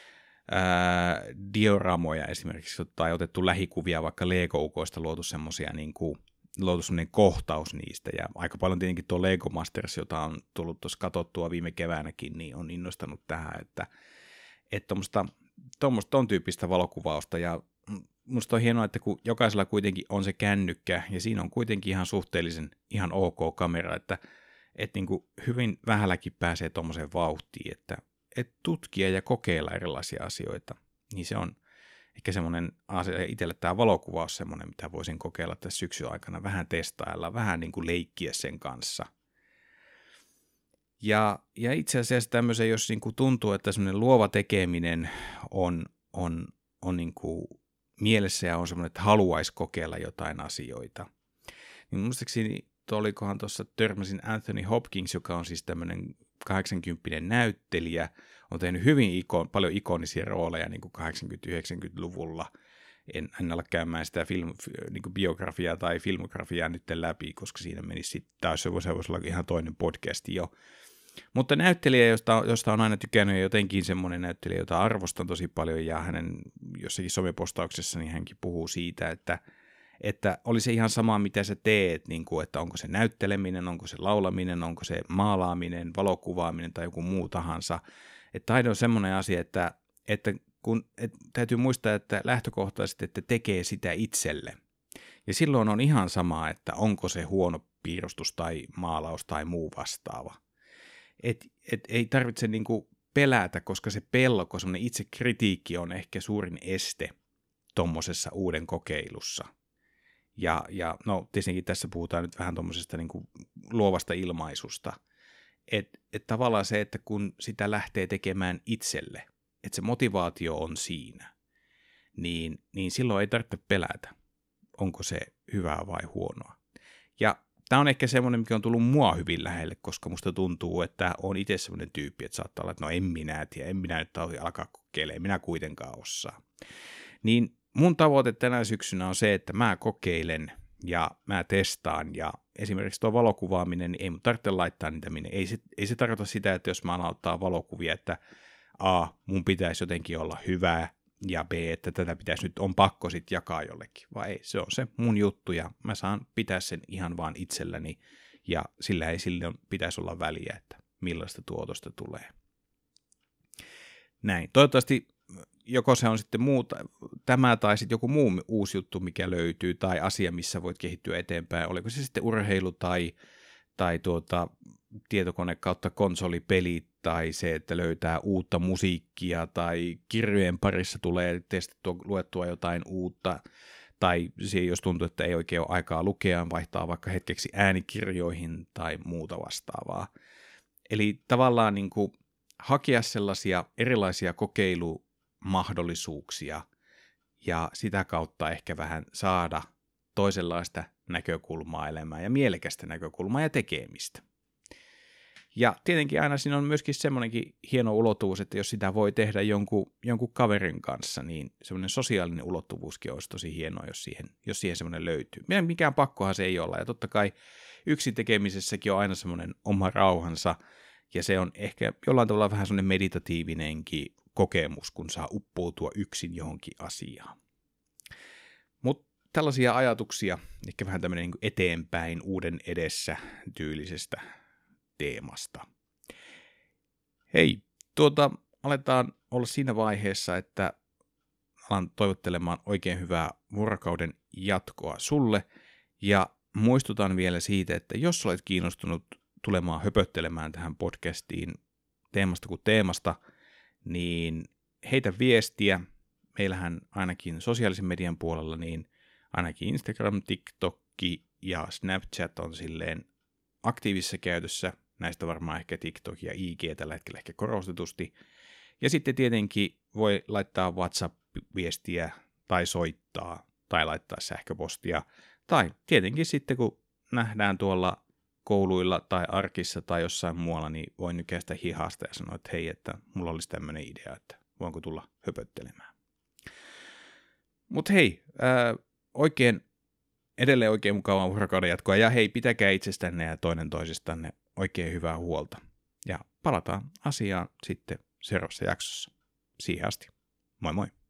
dioramoja esimerkiksi, tai otettu lähikuvia vaikka Lego-ukoista, luotu semmoinen kohtaus niistä, ja aika paljon tietenkin tuo Lego Masters, jota on tullut tuossa katsottua viime keväänäkin, niin on innostanut tähän, että ton tyyppistä valokuvausta, ja musta on hienoa, että kun jokaisella kuitenkin on se kännykkä, ja siinä on kuitenkin ihan suhteellisen ihan ok kamera, että niin kuin hyvin vähälläkin pääsee tuommoiseen vauhtiin, että tutkia ja kokeilla erilaisia asioita, niin se on ehkä semmoinen asia, itselle tämä valokuvaus semmoinen, mitä voisin kokeilla tässä syksyn aikana, vähän testailla, vähän niin kuin leikkiä sen kanssa. Ja itse asiassa tämmöisen, jos niin kuin tuntuu, että semmoinen luova tekeminen on niin kuin mielessä ja on semmoinen, että haluaisi kokeilla jotain asioita, niin muistaakseni olikohan tuossa törmäsin Anthony Hopkins, joka on siis tämmöinen 80 näyttelijä, on tehnyt hyvin paljon ikonisia rooleja niin kuin 80-90-luvulla. En ala käymään sitä niin kuin biografiaa tai filmografiaa nyt läpi, koska siinä menisi sitten taas se voisi olla ihan toinen podcast jo. Mutta näyttelijä, josta on aina tykännyt, ja jotenkin semmoinen näyttelijä, jota arvostan tosi paljon, ja hänen jossakin somepostauksessa niin hänkin puhuu siitä, että oli se ihan sama, mitä sä teet, niin kuin, että onko se näytteleminen, onko se laulaminen, onko se maalaaminen, valokuvaaminen tai joku muu tahansa. Että taide on semmoinen asia, että täytyy muistaa, että lähtökohtaisesti, että tekee sitä itselle. Ja silloin on ihan sama, että onko se huono piirustus tai maalaus tai muu vastaava. Ei tarvitse niin kuin pelätä, koska se pelko, semmoinen itsekritiikki on ehkä suurin este tommosessa uuden kokeilussa. Ja no tietenkin tässä puhutaan nyt vähän tuommoisesta niin kuin luovasta ilmaisusta, että tavallaan se, että kun sitä lähtee tekemään itselle, että se motivaatio on siinä, niin silloin ei tarvitse pelätä, onko se hyvää vai huonoa. Ja tämä on ehkä semmoinen, mikä on tullut mua hyvin lähelle, koska musta tuntuu, että on itse semmoinen tyyppi, että saattaa olla, että no en minä nyt alkaa kokeilemaan, en minä kuitenkaan osaa. Niin mun tavoite tänä syksynä on se, että mä kokeilen ja mä testaan, ja esimerkiksi tuo valokuvaaminen, niin ei mun tarvitse laittaa niitä minne. Ei se tarkoita sitä, että jos mä alan ottaa valokuvia, että mun pitäisi jotenkin olla hyvää ja B, että tätä pitäisi nyt, on pakko sitten jakaa jollekin, vaan ei, se on se mun juttu ja mä saan pitää sen ihan vaan itselläni ja sillä ei silloin pitäisi olla väliä, että millaista tuotosta tulee. Näin, toivottavasti joko se on sitten tämä tai sitten joku muu uusi juttu, mikä löytyy, tai asia, missä voit kehittyä eteenpäin, oliko se sitten urheilu tai tietokone kautta konsolipelit, tai se, että löytää uutta musiikkia, tai kirjojen parissa tulee testattua, luettua jotain uutta, tai jos tuntuu, että ei oikein ole aikaa lukea, vaihtaa vaikka hetkeksi äänikirjoihin tai muuta vastaavaa. Eli tavallaan niin kuin hakea sellaisia erilaisia kokeilumahdollisuuksia ja sitä kautta ehkä vähän saada toisenlaista näkökulmaa elämään ja mielekästä näkökulmaa ja tekemistä. Ja tietenkin aina siinä on myöskin semmoinenkin hieno ulottuvuus, että jos sitä voi tehdä jonkun kaverin kanssa, niin semmoinen sosiaalinen ulottuvuuskin olisi tosi hienoa, jos siihen semmoinen löytyy. Mikään pakkohan se ei olla, ja totta kai yksin tekemisessäkin on aina semmoinen oma rauhansa, ja se on ehkä jollain tavalla vähän semmoinen meditatiivinenkin kokemus, kun saa uppoutua yksin johonkin asiaan. Mutta tällaisia ajatuksia, ehkä vähän tämmöinen niin kuin eteenpäin uuden edessä tyylisestä teemasta. Hei, aletaan olla siinä vaiheessa, että alan toivottelemaan oikein hyvää vuorokauden jatkoa sulle, ja muistutan vielä siitä, että jos olet kiinnostunut tulemaan höpöttelemään tähän podcastiin teemasta kuin teemasta, niin heitä viestiä. Meillähän ainakin sosiaalisen median puolella, niin ainakin Instagram, TikTok ja Snapchat on silleen aktiivisessa käytössä. Näistä varmaan ehkä TikTok ja IG tällä hetkellä ehkä korostetusti. Ja sitten tietenkin voi laittaa WhatsApp-viestiä tai soittaa tai laittaa sähköpostia. Tai tietenkin sitten kun nähdään tuolla kouluilla tai arkissa tai jossain muualla, niin voin nykäistä hihasta ja sanoa, että hei, että mulla olisi tämmöinen idea, että voinko tulla höpöttelemään. Mutta hei, edelleen oikein mukavaa vuorokauden jatkoa, ja hei, pitäkää itsestänne ja toinen toisistanne oikein hyvää huolta. Ja palataan asiaan sitten seuraavassa jaksossa. Siihen asti. Moi moi!